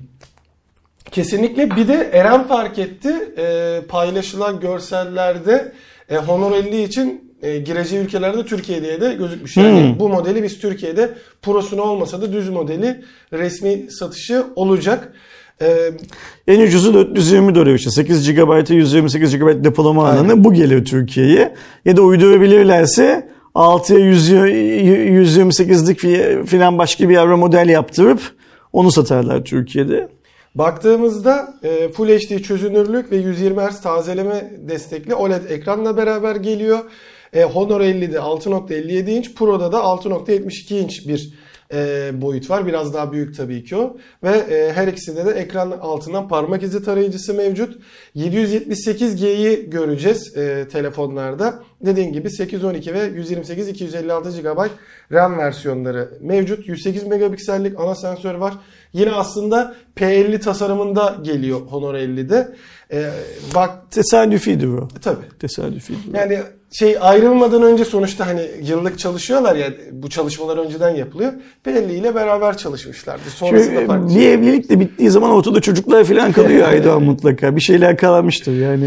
Kesinlikle. Bir de Eren fark etti. E, paylaşılan görsellerde e, Honor elli için e, gireceği ülkelerde Türkiye'de de gözükmüş. Yani hmm. bu modeli biz Türkiye'de Pro'sunu olmasa da düz modeli resmi satışı olacak. Ee, En ucuzu dört yüz yirmi dolar işte. sekiz gigabayta yüz yirmi sekiz gigabayt depolama alanı bu geliyor Türkiye'ye. Ya da uydurabilirlerse altıya yüz yirmi sekizlik filan başka bir avro model yaptırıp onu satarlar Türkiye'de. Baktığımızda e, Full H D çözünürlük ve yüz yirmi hertz tazeleme destekli O L E D ekranla beraber geliyor. E, Honor ellide altı nokta elli yedi inç, Pro'da da altı nokta yetmiş iki inç bir e, boyut var. Biraz daha büyük tabii ki o. Ve e, her ikisinde de ekran altından parmak izi tarayıcısı mevcut. yedi yüz yetmiş sekiz G'yi göreceğiz e, telefonlarda. Dediğim gibi sekiz yüz on iki ve yüz yirmi sekiz iki yüz elli altı gigabayt RAM versiyonları mevcut. yüz sekiz megapiksellik ana sensör var. Yine aslında P elli tasarımında geliyor Honor ellide. Ee, bak Tesadüfidir o. Tabii. Tesadüfidir. Yani şey ayrılmadan önce sonuçta hani yıllık çalışıyorlar ya, bu çalışmalar önceden yapılıyor. P elli ile beraber çalışmışlardı. Sonrasında farklı. Bir evlilik de bittiği zaman ortada çocuklar falan kalıyor Aydoğan mutlaka. Bir şeyler kalmıştır yani.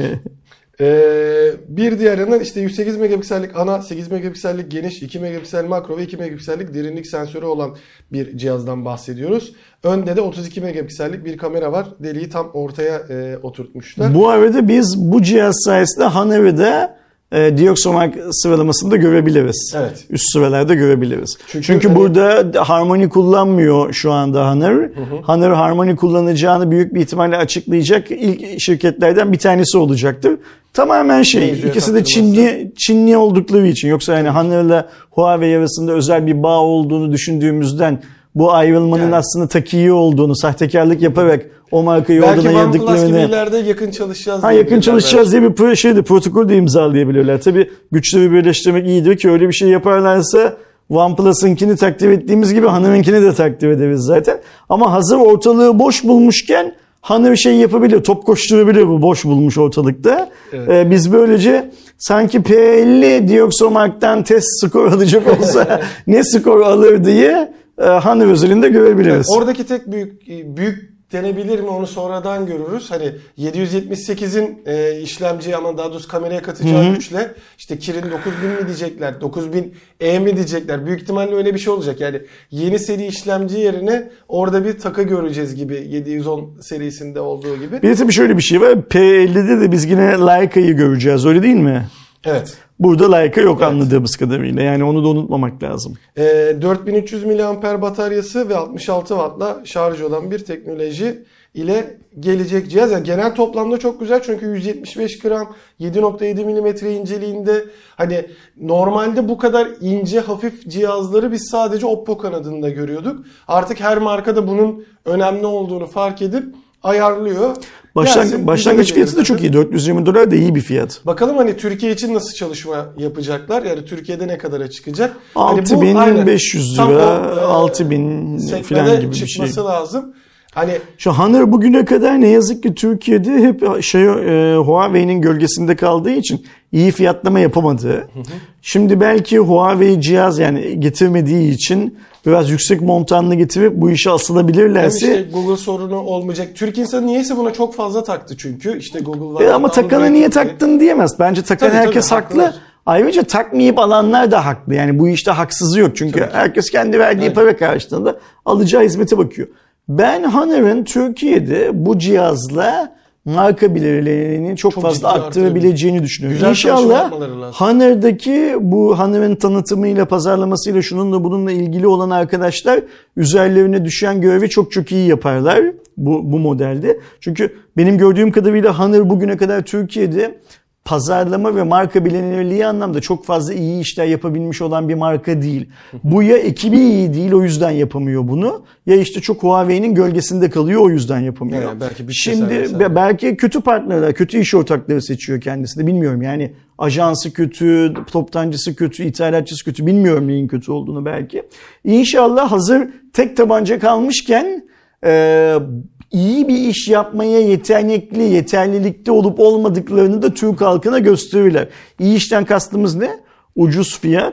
Ee, bir diğer yandan işte yüz sekiz megapiksellik ana, sekiz megapiksellik geniş, iki megapiksel makro ve iki megapiksellik derinlik sensörü olan bir cihazdan bahsediyoruz. Önde de otuz iki megapiksellik bir kamera var. Deliği tam ortaya e, oturtmuşlar. Bu arada biz bu cihaz sayesinde Honor'ı e, Dioxomark sıralamasında görebiliriz. Evet. Üst sıralarda görebiliriz. Çünkü, Çünkü hani... burada Harmony kullanmıyor şu anda Honor. Honor Harmony kullanacağını büyük bir ihtimalle açıklayacak ilk şirketlerden bir tanesi olacaktır. Tamamen şey, Benziyor, ikisi de Çinli Çinli oldukları için. Yoksa yani Honor'la Huawei arasında özel bir bağ olduğunu düşündüğümüzden bu ayrılmanın yani aslında takiyi olduğunu, sahtekarlık yaparak o markayı belki oradan ayırdıklarını... Belki OnePlus gibi ileride yakın çalışacağız. Ha, yakın çalışacağız diye bir proje, şeydi, protokol de imzalayabilirler. Tabii güçleri birleştirmek iyidir ki öyle bir şey yaparlarsa OnePlus'ınkini takdir ettiğimiz gibi Honor'ınkini de takdir ederiz zaten. Ama hazır ortalığı boş bulmuşken Honor şey yapabilir, top koşturabilir bu boş bulmuş ortalıkta. Evet. Ee, biz böylece sanki P elli Dioxomark'tan test skor alacak olsa ne skor alır diye e, Honor özelinde görebiliriz. Evet, oradaki tek büyük büyük denebilir mi onu sonradan görürüz. Hani yedi yüz yetmiş sekizin e, işlemci ama daha doğrusu kameraya katacağı Hı-hı. güçle işte Kirin dokuz bin mi diyecekler, dokuz bin E mi diyecekler. Büyük ihtimalle öyle bir şey olacak. Yani yeni seri işlemci yerine orada bir takı göreceğiz gibi yedi yüz on serisinde olduğu gibi. Bir de tabii şöyle bir şey var. P ellide de biz yine Leica'yı göreceğiz, öyle değil mi? Evet. Burada Leica yok, evet, anladığımız kadarıyla. Yani onu da unutmamak lazım. E, dört bin üç yüz miliamper bataryası ve altmış altı wattla şarj olan bir teknoloji ile gelecek cihaz. Yani genel toplamda çok güzel çünkü yüz yetmiş beş gram, yedi nokta yedi milimetre inceliğinde. Hani normalde bu kadar ince hafif cihazları biz sadece Oppo kanadında görüyorduk. Artık her marka da bunun önemli olduğunu fark edip ayarlıyor. Başlang Gelsin, başlangıç fiyatı da çok iyi. dört yüz yirmi dolar da iyi bir fiyat. Bakalım hani Türkiye için nasıl çalışma yapacaklar? Yani Türkiye'de ne kadara çıkacak? altı bin beş yüz hani lira, altı bin falan gibi bir şey. Çıkması lazım. Hani şu Honor bugüne kadar ne yazık ki Türkiye'de hep şey e, Huawei'nin gölgesinde kaldığı için iyi fiyatlama yapamadı. Hı hı. Şimdi belki Huawei cihaz yani getirmediği için biraz yüksek montanlı getirip bu işe asılabilirlerse. Hem işte Google sorunu olmayacak. Türk insanı niyeyse buna çok fazla taktı çünkü. İşte Google var. E ama takanı niye taktın diyemez. Bence takan tabii, herkes tabii, haklı. Haklılar. Ayrıca takmayıp alanlar da haklı. Yani bu işte haksızı yok. Çünkü tabii herkes kendi verdiği evet. para karşılığında alacağı hizmete bakıyor. Ben Honor'ın Türkiye'de bu cihazla marka bilirliğini çok, çok fazla arttırabileceğini düşünüyorum. Güzel İnşallah Honor'daki bu Honor'ın tanıtımıyla, pazarlamasıyla, şununla bununla ilgili olan arkadaşlar üzerlerine düşen görevi çok çok iyi yaparlar bu, bu modelde. Çünkü benim gördüğüm kadarıyla Honor bugüne kadar Türkiye'de pazarlama ve marka bilinirliği anlamda çok fazla iyi işler yapabilmiş olan bir marka değil. Bu ya ekibi iyi değil, o yüzden yapamıyor bunu. Ya işte çok Huawei'nin gölgesinde kalıyor, o yüzden yapamıyor. Yani belki Şimdi belki kötü partnerler, kötü iş ortakları seçiyor kendisi de, bilmiyorum. Yani ajansı kötü, toptancısı kötü, ithalatçısı kötü, bilmiyorum neyin kötü olduğunu belki. İnşallah hazır tek tabanca kalmışken e, iyi bir iş yapmaya yetenekli, yeterlilikte olup olmadıklarını da Türk halkına gösterirler. İyi işten kastımız ne? Ucuz fiyat,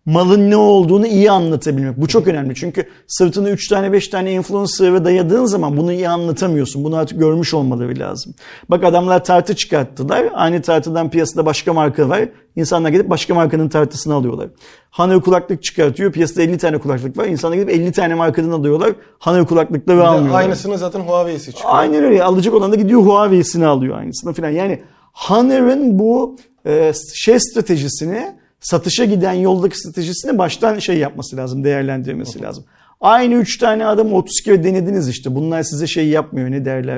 malın ne olduğunu iyi anlatabilmek. Bu çok önemli. Çünkü sırtına üç tane beş tane influencer'a dayadığın zaman bunu iyi anlatamıyorsun. Bunu artık görmüş olmaları lazım. Bak adamlar tartı çıkarttılar. Aynı tartıdan piyasada başka marka var. İnsanlar gidip başka markanın tartısını alıyorlar. Honor kulaklık çıkartıyor. Piyasada elli tane kulaklık var. İnsanlar gidip elli tane markadan alıyorlar. Honor kulaklıkları almıyorlar. Aynısını zaten Huawei'si çıkıyor. Aynen öyle. Alacak olan da gidiyor Huawei'sini alıyor aynısını falan. Yani Honor'ın bu e, şey stratejisini, satışa giden yoldaki stratejisini baştan şey yapması lazım, değerlendirmesi Hı-hı. lazım. Aynı üç tane adam otuz kere denediniz işte. Bunlar size şey yapmıyor, ne derler,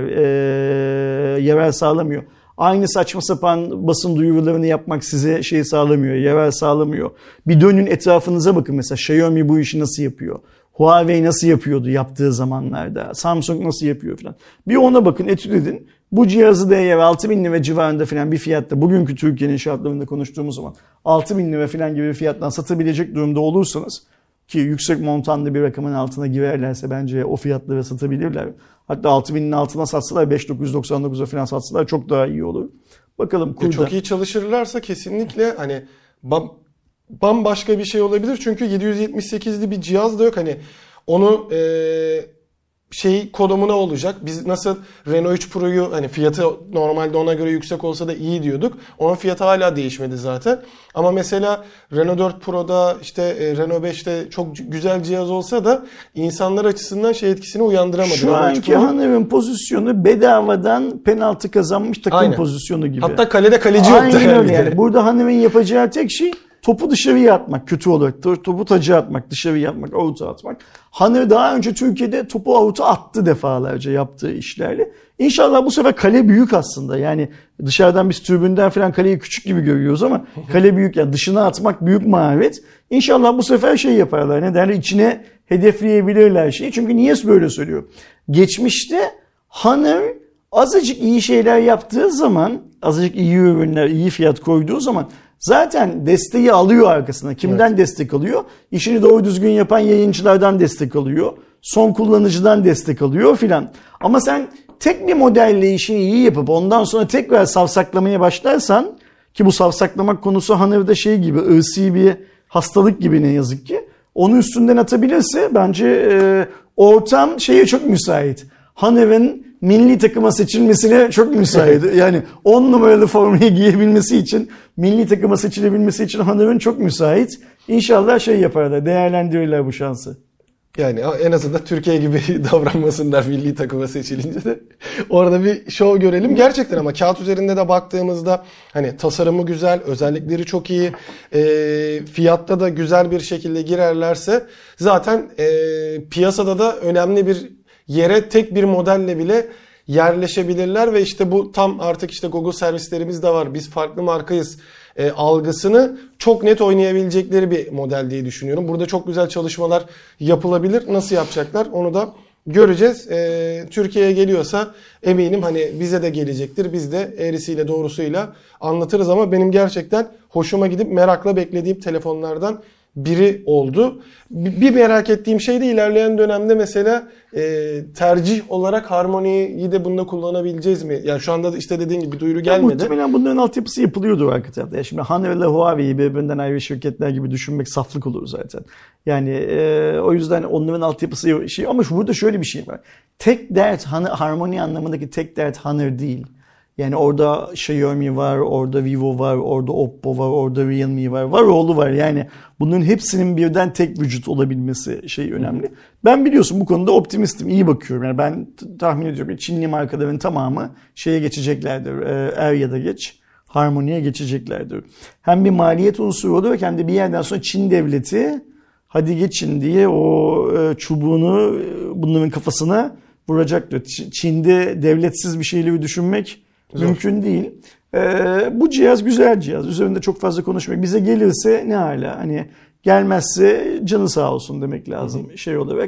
ee, yarar sağlamıyor. Aynı saçma sapan basın duyurularını yapmak size şey sağlamıyor, yarar sağlamıyor. Bir dönün etrafınıza bakın mesela Xiaomi bu işi nasıl yapıyor? Huawei nasıl yapıyordu yaptığı zamanlarda? Samsung nasıl yapıyor falan. Bir ona bakın, etüt edin. Bu cihazı da eğer altı bin lira civarında falan bir fiyatta, bugünkü Türkiye'nin şartlarında konuştuğumuz zaman altı bin lira falan gibi bir fiyattan satabilecek durumda olursanız, ki yüksek montanlı bir rakamın altına girerlerse bence o fiyatlara satabilirler. Hatta altı binin altına satsalar beş bin dokuz yüz doksan dokuza falan satsalar çok daha iyi olur. Bakalım kurda. Çok iyi çalışırlarsa kesinlikle hani bam, bambaşka bir şey olabilir. Çünkü yedi yüz yetmiş sekizli bir cihaz da yok. Hani onu eee şey kodumuna olacak. Biz nasıl Renault üç Pro'yu hani fiyatı normalde ona göre yüksek olsa da iyi diyorduk. Onun fiyatı hala değişmedi zaten. Ama mesela Renault dört Pro'da işte Renault beşte çok güzel cihaz olsa da insanlar açısından şey etkisini uyandıramadı. Şu anki Honor'ın pozisyonu bedavadan penaltı kazanmış takım Aynen. pozisyonu gibi. Hatta kalede kaleci yoktu. Aynen öyle yani. Burada Honor'ın yapacağı tek şey topu dışarıya atmak, kötü olarak. Topu taca atmak, dışarıya atmak, out'a atmak. Honor daha önce Türkiye'de topu out'a attı defalarca yaptığı işlerle. İnşallah bu sefer kale büyük aslında. Yani dışarıdan biz tribünden falan kaleyi küçük gibi görüyoruz ama kale büyük. Yani dışına atmak büyük maharet. İnşallah bu sefer şey yaparlar. Ne derler? İçine hedefleyebilirler şeyi. Çünkü niye böyle söylüyor? Geçmişte Honor azıcık iyi şeyler yaptığı zaman, azıcık iyi ürünler, iyi fiyat koyduğu zaman zaten desteği alıyor arkasına. Kimden evet. destek alıyor? İşini doğru düzgün yapan yayıncılardan destek alıyor. Son kullanıcıdan destek alıyor filan. Ama sen tek bir modelle işini iyi yapıp ondan sonra tekrar savsaklamaya başlarsan, ki bu savsaklamak konusu Honor'da şey gibi, ırsi bir hastalık gibi ne yazık ki. Onu üstünden atabilirse bence e, ortam şeye çok müsait. Honor'ın milli takıma seçilmesine çok müsait. Yani on numaralı formayı giyebilmesi için, milli takıma seçilebilmesi için Honor'ın çok müsait. İnşallah şey yaparlar, değerlendirirler bu şansı. Yani en azından Türkiye gibi davranmasınlar milli takıma seçilince de. Orada bir şov görelim. Gerçekten ama kağıt üzerinde de baktığımızda hani tasarımı güzel, özellikleri çok iyi, e, fiyatta da güzel bir şekilde girerlerse zaten e, piyasada da önemli bir yere tek bir modelle bile yerleşebilirler ve işte bu tam artık işte Google servislerimiz de var. Biz farklı markayız e, algısını çok net oynayabilecekleri bir model diye düşünüyorum. Burada çok güzel çalışmalar yapılabilir. Nasıl yapacaklar onu da göreceğiz. E, Türkiye'ye geliyorsa eminim hani bize de gelecektir. Biz de eğrisiyle doğrusuyla anlatırız ama benim gerçekten hoşuma gidip merakla beklediğim telefonlardan biri oldu. Bir merak ettiğim şey de ilerleyen dönemde mesela e, tercih olarak Harmony'yi de bunda kullanabileceğiz mi? Yani şu anda işte dediğin gibi bir duyuru gelmedi. Ya muhtemelen bunların altyapısı yapılıyordu arka tarafta. Ya şimdi Honor ile Huawei'yi birbirinden ayrı şirketler gibi düşünmek saflık olur zaten. Yani e, o yüzden onların altyapısı şey ama burada şöyle bir şey var. Tek dert Harmony anlamındaki tek dert Honor değil. Yani orada Xiaomi var, orada Vivo var, orada Oppo var, orada Realme var, var oğlu var. Yani bunların hepsinin birden tek vücut olabilmesi şey önemli. Ben biliyorsun bu konuda optimistim, iyi bakıyorum. Yani ben tahmin ediyorum Çinli markaların tamamı şeye geçeceklerdir, er ya da geç Harmony'ye geçeceklerdir. Hem bir maliyet unsuru oluyor hem de bir yerden sonra Çin devleti hadi geçin diye o çubuğunu bunların kafasına vuracaktır. Çin'de devletsiz bir şeyleri düşünmek Zor. Mümkün değil. Ee, bu cihaz güzel cihaz. Üzerinde çok fazla konuşmak. Bize gelirse ne hala? Hani gelmezse canı sağ olsun demek lazım. Hı hı. Şey olarak.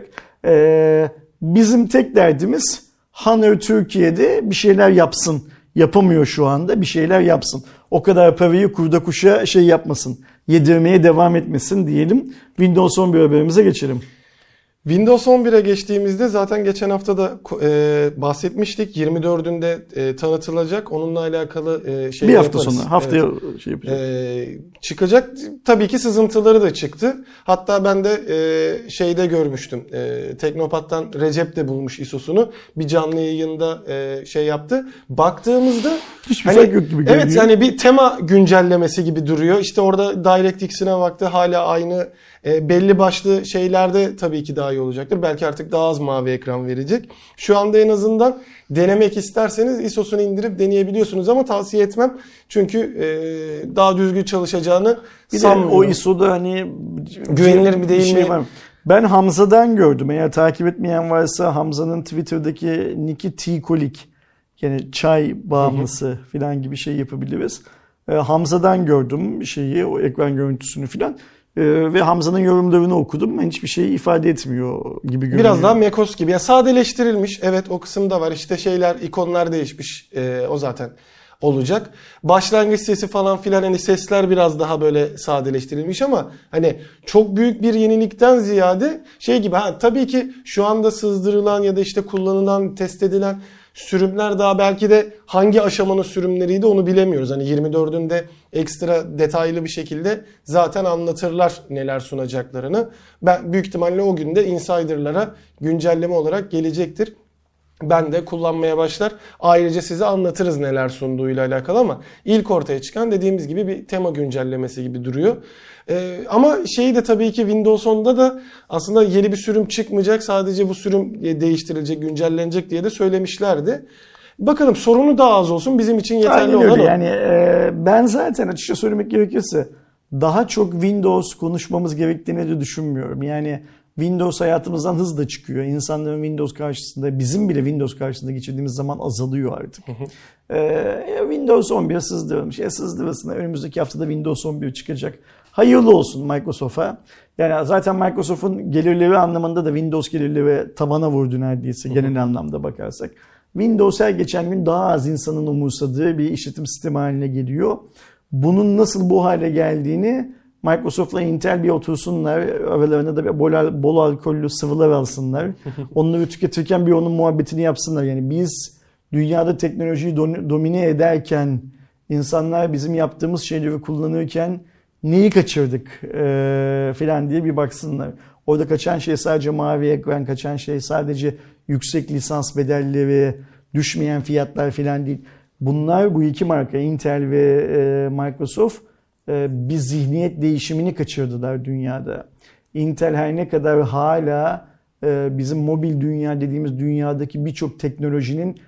Ee, bizim tek derdimiz Honor Türkiye'de bir şeyler yapsın. Yapamıyor şu anda. Bir şeyler yapsın. O kadar parayı kurda kuşa şey yapmasın. Yedirmeye devam etmesin diyelim. Windows on bir haberimize geçelim. Windows on bire geçtiğimizde zaten geçen hafta da e, bahsetmiştik. yirmi dördünde e, tanıtılacak. Onunla alakalı e, şey bir hafta yaparız. sonra haftaya evet. şey yapacağız. E, çıkacak. Tabii ki sızıntıları da çıktı. Hatta ben de e, şeyde görmüştüm. E, Teknopat'tan Recep de bulmuş I S O'sunu. Bir canlı yayında e, şey yaptı. Baktığımızda hiçbir hani, fark yok gibi görünüyor. evet yani bir tema güncellemesi gibi duruyor. İşte orada DirectX'ine baktı. Hala aynı e, belli başlı şeylerde tabii ki daha iyi olacaktır. Belki artık daha az mavi ekran verecek. Şu anda en azından denemek isterseniz I S O'sunu indirip deneyebiliyorsunuz ama tavsiye etmem. Çünkü e, daha düzgün çalışacağını bir sanmıyorum. De o I S O'da hani güvenilir mi değil şey mi? Var. Ben Hamza'dan gördüm. Eğer takip etmeyen varsa Hamza'nın Twitter'daki nick'i T-Kolik. Yani çay bağımlısı falan gibi şey yapabiliriz. Ee, Hamza'dan gördüm şeyi, o ekran görüntüsünü falan. Ee, ve Hamza'nın yorumlarını okudum. Ben hiçbir şey ifade etmiyor gibi görünüyor. Biraz daha macOS gibi. Yani sadeleştirilmiş. Evet o kısımda var. İşte şeyler, ikonlar değişmiş. Ee, o zaten olacak. Başlangıç sesi falan filan hani sesler biraz daha böyle sadeleştirilmiş ama hani çok büyük bir yenilikten ziyade şey gibi ha tabii ki şu anda sızdırılan ya da işte kullanılan, test edilen sürümler daha belki de hangi aşamanın sürümleriydi onu bilemiyoruz. Hani yirmi dördünde ekstra detaylı bir şekilde zaten anlatırlar neler sunacaklarını. Ben büyük ihtimalle o günde insider'lara güncelleme olarak gelecektir. Ben de kullanmaya başlar. Ayrıca size anlatırız neler sunduğuyla alakalı ama ilk ortaya çıkan dediğimiz gibi bir tema güncellemesi gibi duruyor. Ee, ama şeyi de tabii ki Windows on'da da aslında yeni bir sürüm çıkmayacak. Sadece bu sürüm değiştirilecek, güncellenecek diye de söylemişlerdi. Bakalım sorunu daha az olsun bizim için yeterli Aynen olan öyle. o. Yani e, ben zaten açıkça söylemek gerekirse daha çok Windows konuşmamız gerektiğini de düşünmüyorum. Yani Windows hayatımızdan hızla çıkıyor. İnsanların Windows karşısında, bizim bile Windows karşısında geçirdiğimiz zaman azalıyor artık. Hı hı. Ee, Windows on bir sızdırılmış. E sızdırılsın. Önümüzdeki haftada Windows on bir çıkacak. Hayırlı olsun Microsoft'a. Yani zaten Microsoft'un gelirleri anlamında da Windows gelirleri tabana vurdu neredeyse, hı hı, genel anlamda bakarsak. Windows her geçen gün daha az insanın umursadığı bir işletim sistemi haline geliyor. Bunun nasıl bu hale geldiğini Microsoft'la Intel bir otursunlar, aralarında da bol, bol alkollü sıvılar alsınlar. Onları tüketirken bir onun muhabbetini yapsınlar. Yani biz dünyada teknolojiyi domine ederken, insanlar bizim yaptığımız şeyleri kullanırken neyi kaçırdık ee, falan diye bir baksınlar. Orada kaçan şey sadece mavi ekran, kaçan şey sadece yüksek lisans bedelleri, düşmeyen fiyatlar falan değil. Bunlar bu iki marka Intel ve e, Microsoft bir zihniyet değişimini kaçırdılar dünyada. Intel her ne kadar hala bizim mobil dünya dediğimiz dünyadaki birçok teknolojinin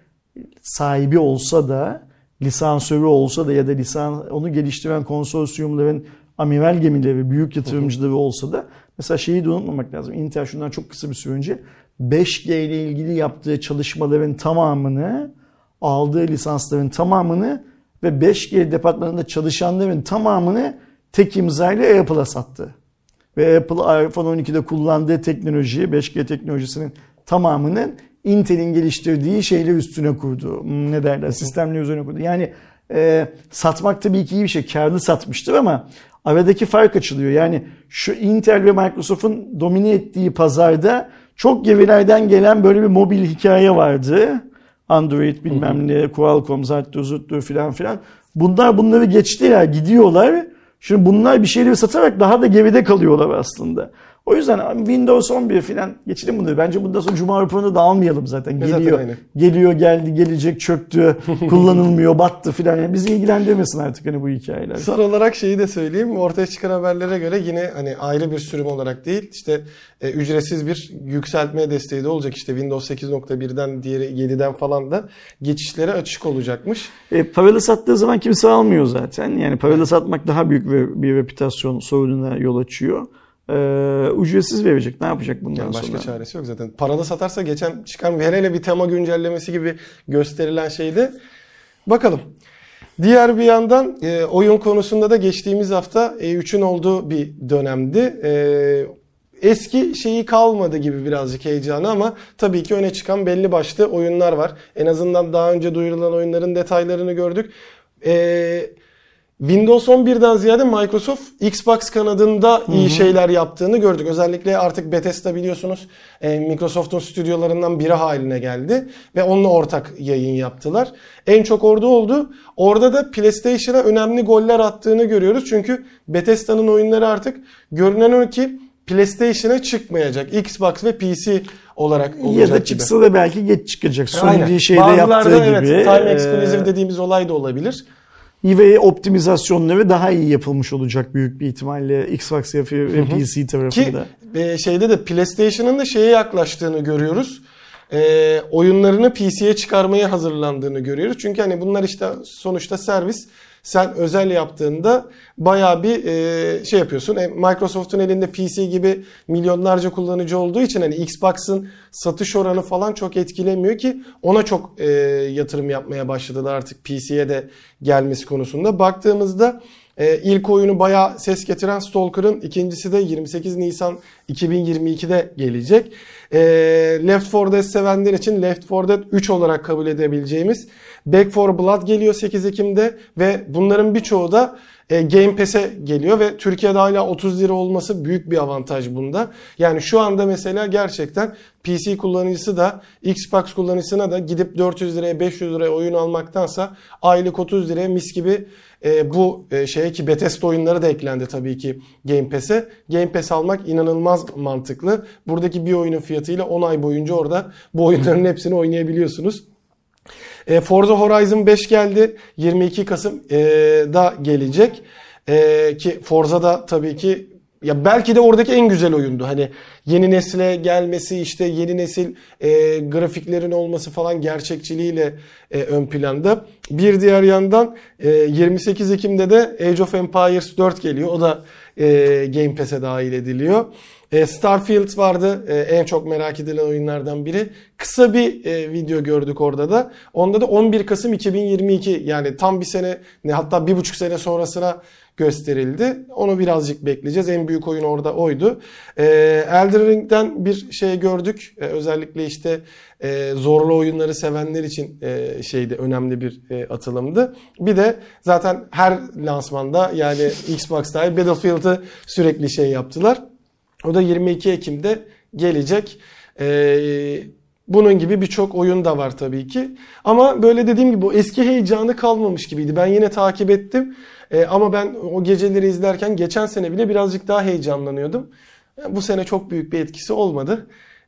sahibi olsa da, lisansörü olsa da ya da lisans onu geliştiren konsorsiyumların amiral gemileri, büyük yatırımcıları olsa da mesela şeyi de unutmamak lazım. Intel şundan çok kısa bir süre önce beş G ile ilgili yaptığı çalışmaların tamamını, aldığı lisansların tamamını ve beş G departmanında çalışanların tamamını tek imzayla Apple'a sattı. Ve Apple iPhone on ikide kullandığı teknolojiyi, beş G teknolojisinin tamamını Intel'in geliştirdiği şeyler üstüne kurdu. Ne derler? Sistemler üzerine kurdu. Yani e, satmak tabii ki iyi bir şey. Kârlı satmıştır ama aradaki fark açılıyor. Yani şu Intel ve Microsoft'un domine ettiği pazarda çok gerilerden gelen böyle bir mobil hikaye vardı. Android bilmem ne, Qualcomm, Zarttur, Zurttur filan filan. Bunlar bunları geçtiler, gidiyorlar. Şimdi bunlar bir şeyleri satarak daha da geride kalıyorlar aslında. O yüzden Windows on bir filan geçelim bunları. Bence bundan sonra Cuma raporunu da almayalım zaten. Geliyor, zaten geliyor, geldi, gelecek, çöktü, kullanılmıyor, battı filan. Yani bizi ilgilendirmesin artık hani bu hikayeler. Son olarak şeyi de söyleyeyim. Ortaya çıkan haberlere göre yine hani ayrı bir sürüm olarak değil, işte e, ücretsiz bir yükseltme desteği de olacak. İşte Windows sekiz nokta birden diğeri yediden falan da geçişlere açık olacakmış. E, paralı sattığı zaman kimse almıyor zaten. Yani paralı satmak daha büyük bir, bir reputasyon sorununa yol açıyor. Ee, ücretsiz verecek. Ne yapacak bundan yani başka sonra? Başka çaresi yok zaten. Paralı satarsa geçen çıkan hele hele bir tema güncellemesi gibi gösterilen şeyde bakalım. Diğer bir yandan e, oyun konusunda da geçtiğimiz hafta E üçün olduğu bir dönemdi. E, eski şeyi kalmadı gibi birazcık heyecanı ama tabii ki öne çıkan belli başlı oyunlar var. En azından daha önce duyurulan oyunların detaylarını gördük. Eee Windows on birden ziyade Microsoft Xbox kanadında iyi Hı-hı. şeyler yaptığını gördük. Özellikle artık Bethesda biliyorsunuz e, Microsoft'un stüdyolarından biri haline geldi ve onunla ortak yayın yaptılar. En çok orada oldu. Orada da PlayStation'a önemli goller attığını görüyoruz. Çünkü Bethesda'nın oyunları artık görünen o ki PlayStation'a çıkmayacak. Xbox ve P C olarak olacak ya da çıksa gibi. Da belki geç çıkacak. Sony'nin şeyde Bazılarda yaptığı evet, gibi. Time Exclusive dediğimiz olay da olabilir. Ve optimizasyonları daha iyi yapılmış olacak büyük bir ihtimalle Xbox ve P C tarafında. Ki şeyde de PlayStation'ın da şeye yaklaştığını görüyoruz. E, oyunlarını P C'ye çıkarmaya hazırlandığını görüyoruz. Çünkü hani bunlar işte sonuçta servis. Sen özel yaptığında bayağı bir e, şey yapıyorsun. E, Microsoft'un elinde P C gibi milyonlarca kullanıcı olduğu için hani Xbox'ın satış oranı falan çok etkilemiyor ki ona çok e, yatırım yapmaya başladılar artık P C'ye de gelmesi konusunda. Baktığımızda e, ilk oyunu bayağı ses getiren Stalker'ın ikincisi de yirmi sekiz Nisan iki bin yirmi iki'de gelecek. E, Left four Dead sevenler için Left four Dead üç olarak kabul edebileceğimiz Back four Blood geliyor sekiz Ekim'de ve bunların birçoğu da e, Game Pass'e geliyor ve Türkiye'de hala otuz lira olması büyük bir avantaj bunda. Yani şu anda mesela gerçekten P C kullanıcısı da Xbox kullanıcısına da gidip dört yüz liraya beş yüz liraya oyun almaktansa aylık otuz liraya mis gibi e, bu e, şeye ki Bethesda oyunları da eklendi tabii ki Game Pass'e. Game Pass almak inanılmaz mantıklı. Buradaki bir oyunun fiyatıyla on ay boyunca orada bu oyunların hepsini oynayabiliyorsunuz. E, Forza Horizon beş geldi. yirmi iki Kasım'da gelecek. E, ki Forza'da tabii ki ya belki de oradaki en güzel oyundu. Hani yeni nesile gelmesi, işte yeni nesil e, grafiklerin olması falan gerçekçiliğiyle e, ön planda. Bir diğer yandan e, yirmi sekiz Ekim'de de Age of Empires dört geliyor. O da e, Game Pass'e dahil ediliyor. E, Starfield vardı. E, en çok merak edilen oyunlardan biri. Kısa bir e, video gördük orada da. Onda da on bir Kasım iki bin yirmi iki yani tam bir sene ne hatta bir buçuk sene sonrasına gösterildi. Onu birazcık bekleyeceğiz. En büyük oyun orada oydu. E, Elden Ring'den bir şey gördük. E, özellikle işte e, zorlu oyunları sevenler için e, şeydi önemli bir e, atılımdı. Bir de zaten her lansmanda yani Xbox dahil Battlefield'ı sürekli şey yaptılar. O da yirmi iki Ekim'de gelecek. Ee, bunun gibi birçok oyun da var tabii ki. Ama böyle dediğim gibi o eski heyecanı kalmamış gibiydi. Ben yine takip ettim. Ee, ama ben o geceleri izlerken geçen sene bile birazcık daha heyecanlanıyordum. Bu sene çok büyük bir etkisi olmadı.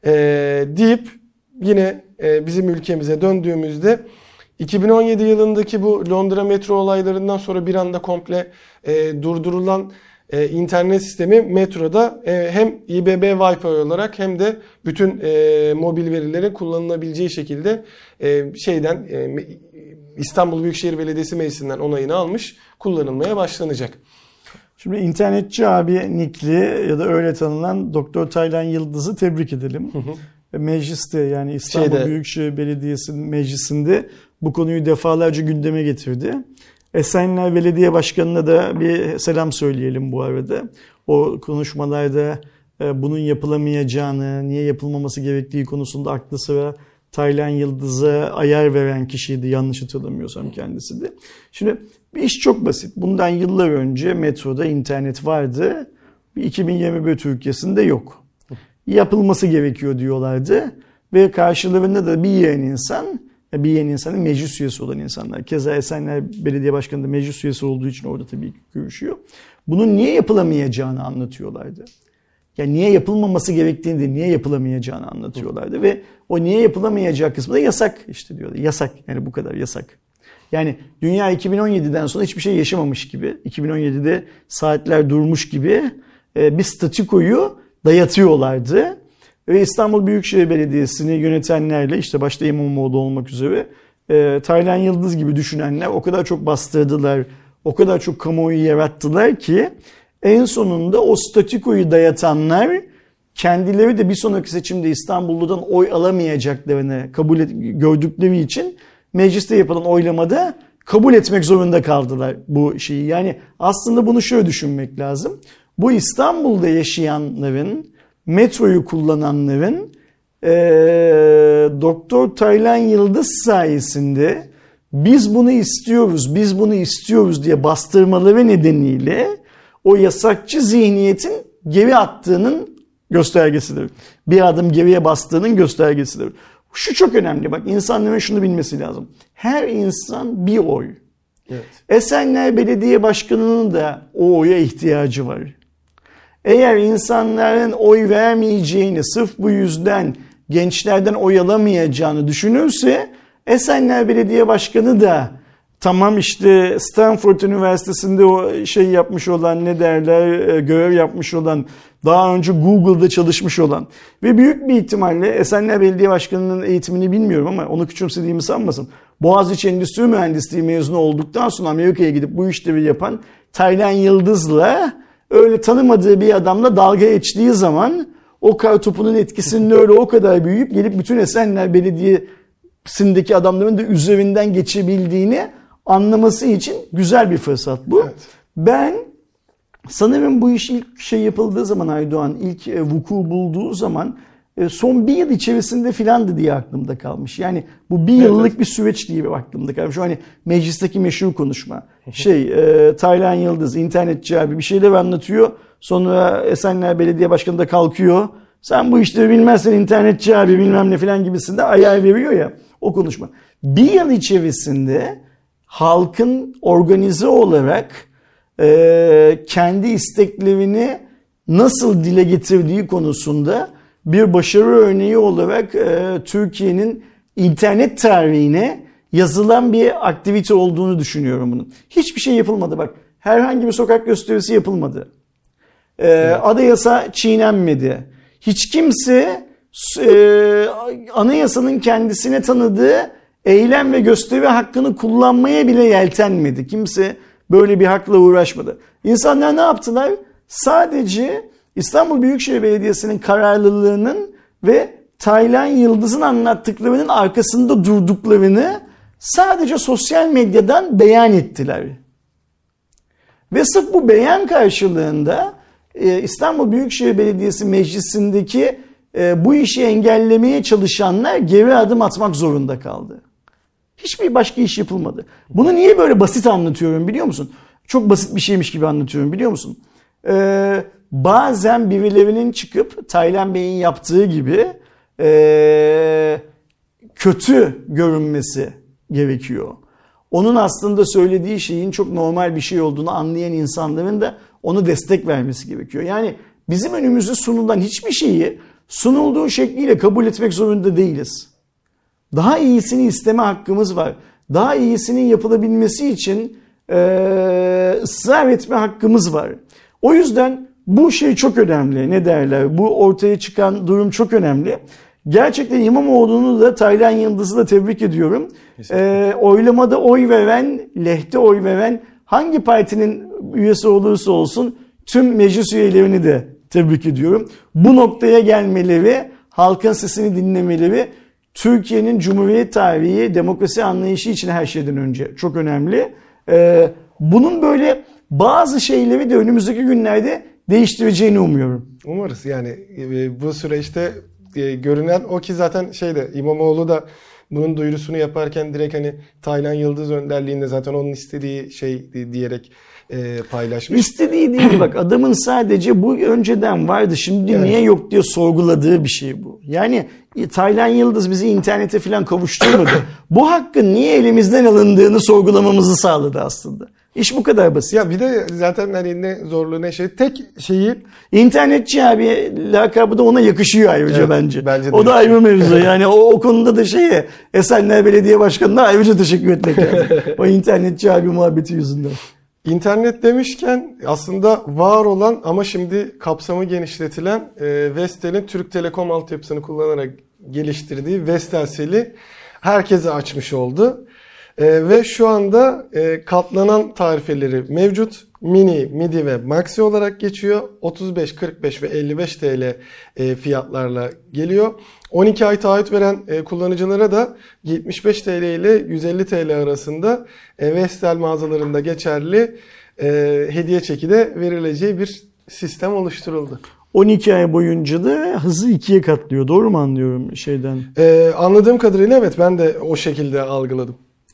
Ee, deyip yine e, bizim ülkemize döndüğümüzde iki bin on yedi yılındaki bu Londra metro olaylarından sonra bir anda komple e, durdurulan Ee, internet sistemi metroda e, hem İ B B Wi-Fi olarak hem de bütün e, mobil verilerin kullanılabileceği şekilde e, şeyden e, İstanbul Büyükşehir Belediyesi Meclisi'nden onayını almış, kullanılmaya başlanacak. Şimdi internetçi abi Nikli ya da öyle tanınan Doktor Taylan Yıldız'ı tebrik edelim. Hı hı. Mecliste yani İstanbul Şeyde, Büyükşehir Belediyesi'nin meclisinde bu konuyu defalarca gündeme getirdi. Esenler Belediye Başkanı'na da bir selam söyleyelim bu arada. O konuşmalarda bunun yapılamayacağını, niye yapılmaması gerektiği konusunda aklı sıra Taylan Yıldız'a ayar veren kişiydi. Yanlış hatırlamıyorsam kendisi de. Şimdi bir iş çok basit. Bundan yıllar önce metroda internet vardı. iki bin yirmi bir Türkiye'sinde yok. Yapılması gerekiyor diyorlardı. Ve karşılarında da bir yiyen insan... Bir yeni insanın meclis üyesi olan insanlar. Keza Esenler Belediye Başkanı da meclis üyesi olduğu için orada tabii görüşüyor. Bunun niye yapılamayacağını anlatıyorlardı. Yani niye yapılmaması gerektiğini de niye yapılamayacağını anlatıyorlardı. Ve o niye yapılamayacağı kısmı da yasak işte diyorlar. Yasak yani bu kadar yasak. Yani dünya iki bin on yedi'den sonra hiçbir şey yaşamamış gibi, iki bin on yedi'de saatler durmuş gibi bir statükoyu dayatıyorlardı. Ve İstanbul Büyükşehir Belediyesi'ni yönetenlerle işte başta İmamoğlu olmak üzere e, Taylan Yıldız gibi düşünenler o kadar çok bastırdılar, o kadar çok kamuoyu yarattılar ki en sonunda o statükoyu dayatanlar kendileri de bir sonraki seçimde İstanbullu'dan oy alamayacaklarını kabul et, gördükleri için mecliste yapılan oylamada kabul etmek zorunda kaldılar bu şeyi. Yani aslında bunu şöyle düşünmek lazım. Bu İstanbul'da yaşayanların, metroyu kullananların e, Doktor Taylan Yıldız sayesinde biz bunu istiyoruz, biz bunu istiyoruz diye bastırmaları nedeniyle o yasakçı zihniyetin geri attığının göstergesidir. Bir adım geriye bastığının göstergesidir. Şu çok önemli, bak insanların şunu bilmesi lazım. Her insan bir oy. Evet. Esenler Belediye Başkanı'nın da o oya ihtiyacı var. Eğer insanların oy vermeyeceğini, sırf bu yüzden gençlerden oy alamayacağını düşünürse Esenler Belediye Başkanı da tamam işte Stanford Üniversitesi'nde o şey yapmış olan, ne derler, görev yapmış olan, daha önce Google'da çalışmış olan ve büyük bir ihtimalle Esenler Belediye Başkanı'nın eğitimini bilmiyorum ama onu küçümsediğimi sanmasın. Boğaziçi Endüstri Mühendisliği mezunu olduktan sonra Amerika'ya gidip bu işleri yapan Taylan Yıldız'la öyle tanımadığı bir adamla dalga geçtiği zaman o kartopunun etkisinin öyle o kadar büyüyüp gelip bütün Esenler Belediyesi'ndeki adamların da üzerinden geçebildiğini anlaması için güzel bir fırsat bu. Evet. Ben sanırım bu iş ilk şey yapıldığı zaman, Aydoğan ilk vuku bulduğu zaman son bir yıl içerisinde filandı diye aklımda kalmış. Yani bu bir yıllık evet, evet. bir süreç diye bir aklımda kalmış. Şu hani meclisteki meşhur konuşma. Şey, e, Taylan Yıldız, internetçi abi bir şeyler anlatıyor. Sonra Esenler Belediye Başkanı da kalkıyor. Sen bu işleri bilmezsen internetçi abi bilmem ne filan gibisinde ayar veriyor ya, o konuşma. Bir yıl içerisinde halkın organize olarak e, kendi isteklerini nasıl dile getirdiği konusunda bir başarı örneği olarak e, Türkiye'nin internet tarihine yazılan bir aktivite olduğunu düşünüyorum bunun. Hiçbir şey yapılmadı bak. Herhangi bir sokak gösterisi yapılmadı. E, evet. Anayasa çiğnenmedi. Hiç kimse e, anayasanın kendisine tanıdığı eylem ve gösteri hakkını kullanmaya bile yeltenmedi. Kimse böyle bir hakla uğraşmadı. İnsanlar ne yaptılar? Sadece İstanbul Büyükşehir Belediyesi'nin kararlılığının ve Taylan Yıldız'ın anlattıklarının arkasında durduklarını sadece sosyal medyadan beyan ettiler. Ve sırf bu beyan karşılığında İstanbul Büyükşehir Belediyesi Meclisi'ndeki bu işi engellemeye çalışanlar geri adım atmak zorunda kaldı. Hiçbir başka iş yapılmadı. Bunu niye böyle basit anlatıyorum biliyor musun? Çok basit bir şeymiş gibi anlatıyorum biliyor musun? Ee, bazen birilerinin çıkıp Taylan Bey'in yaptığı gibi ee, kötü görünmesi gerekiyor. Onun aslında söylediği şeyin çok normal bir şey olduğunu anlayan insanların da onu destek vermesi gerekiyor. Yani bizim önümüze sunulan hiçbir şeyi sunulduğu şekliyle kabul etmek zorunda değiliz. Daha iyisini isteme hakkımız var. Daha iyisinin yapılabilmesi için e, ısrar etme hakkımız var. O yüzden bu şey çok önemli. Ne derler? Bu ortaya çıkan durum çok önemli. Gerçekten İmamoğlu'nu da Taylan Yıldız'ı da tebrik ediyorum. E, oylamada oy veren, lehte oy veren hangi partinin üyesi olursa olsun tüm meclis üyelerini de tebrik ediyorum. Bu noktaya gelmeleri, halkın sesini dinlemeleri Türkiye'nin Cumhuriyet tarihi, demokrasi anlayışı için her şeyden önce çok önemli. Ee, bunun böyle bazı şeyleri de önümüzdeki günlerde değiştireceğini umuyorum. Umarız yani e, bu süreçte e, görünen o ki zaten şeyde İmamoğlu da bunun duyurusunu yaparken direkt hani Taylan Yıldız önderliğinde zaten onun istediği şey diyerek e, paylaşmış. İstediği değil bak, adamın sadece bu önceden vardı şimdi yani niye yok diye sorguladığı bir şey bu. Yani Taylan Yıldız bizi internete falan kavuşturmadı. Bu hakkın niye elimizden alındığını sorgulamamızı sağladı aslında. İş bu kadar basit. Ya bir de zaten hani ne zorluğu ne şey. Tek şeyi... İnternetçi abi lakabı da ona yakışıyor ayrıca evet, bence. bence de o da ayrı mevzu. Yani o, o konuda da şeye Esenler Belediye Başkanı'na ayrıca teşekkür etmek lazım. O internetçi abi muhabbeti yüzünden. İnternet demişken aslında var olan ama şimdi kapsamı genişletilen e, Vestel'in Türk Telekom altyapısını kullanarak geliştirdiği Vestelsel'i herkese açmış oldu. E, ve şu anda e, katlanan tarifeleri mevcut. Mini, Midi ve Maxi olarak geçiyor. otuz beş, kırk beş ve elli beş TL e, fiyatlarla geliyor. on iki ay taahhüt veren e, kullanıcılara da yetmiş beş TL ile yüz elli TL arasında e, Vestel mağazalarında geçerli e, hediye çeki de verileceği bir sistem oluşturuldu. on iki ay boyunca da hızı ikiye katlıyor. Doğru mu anlıyorum şeyden? E, anladığım kadarıyla evet, ben de o şekilde algıladım.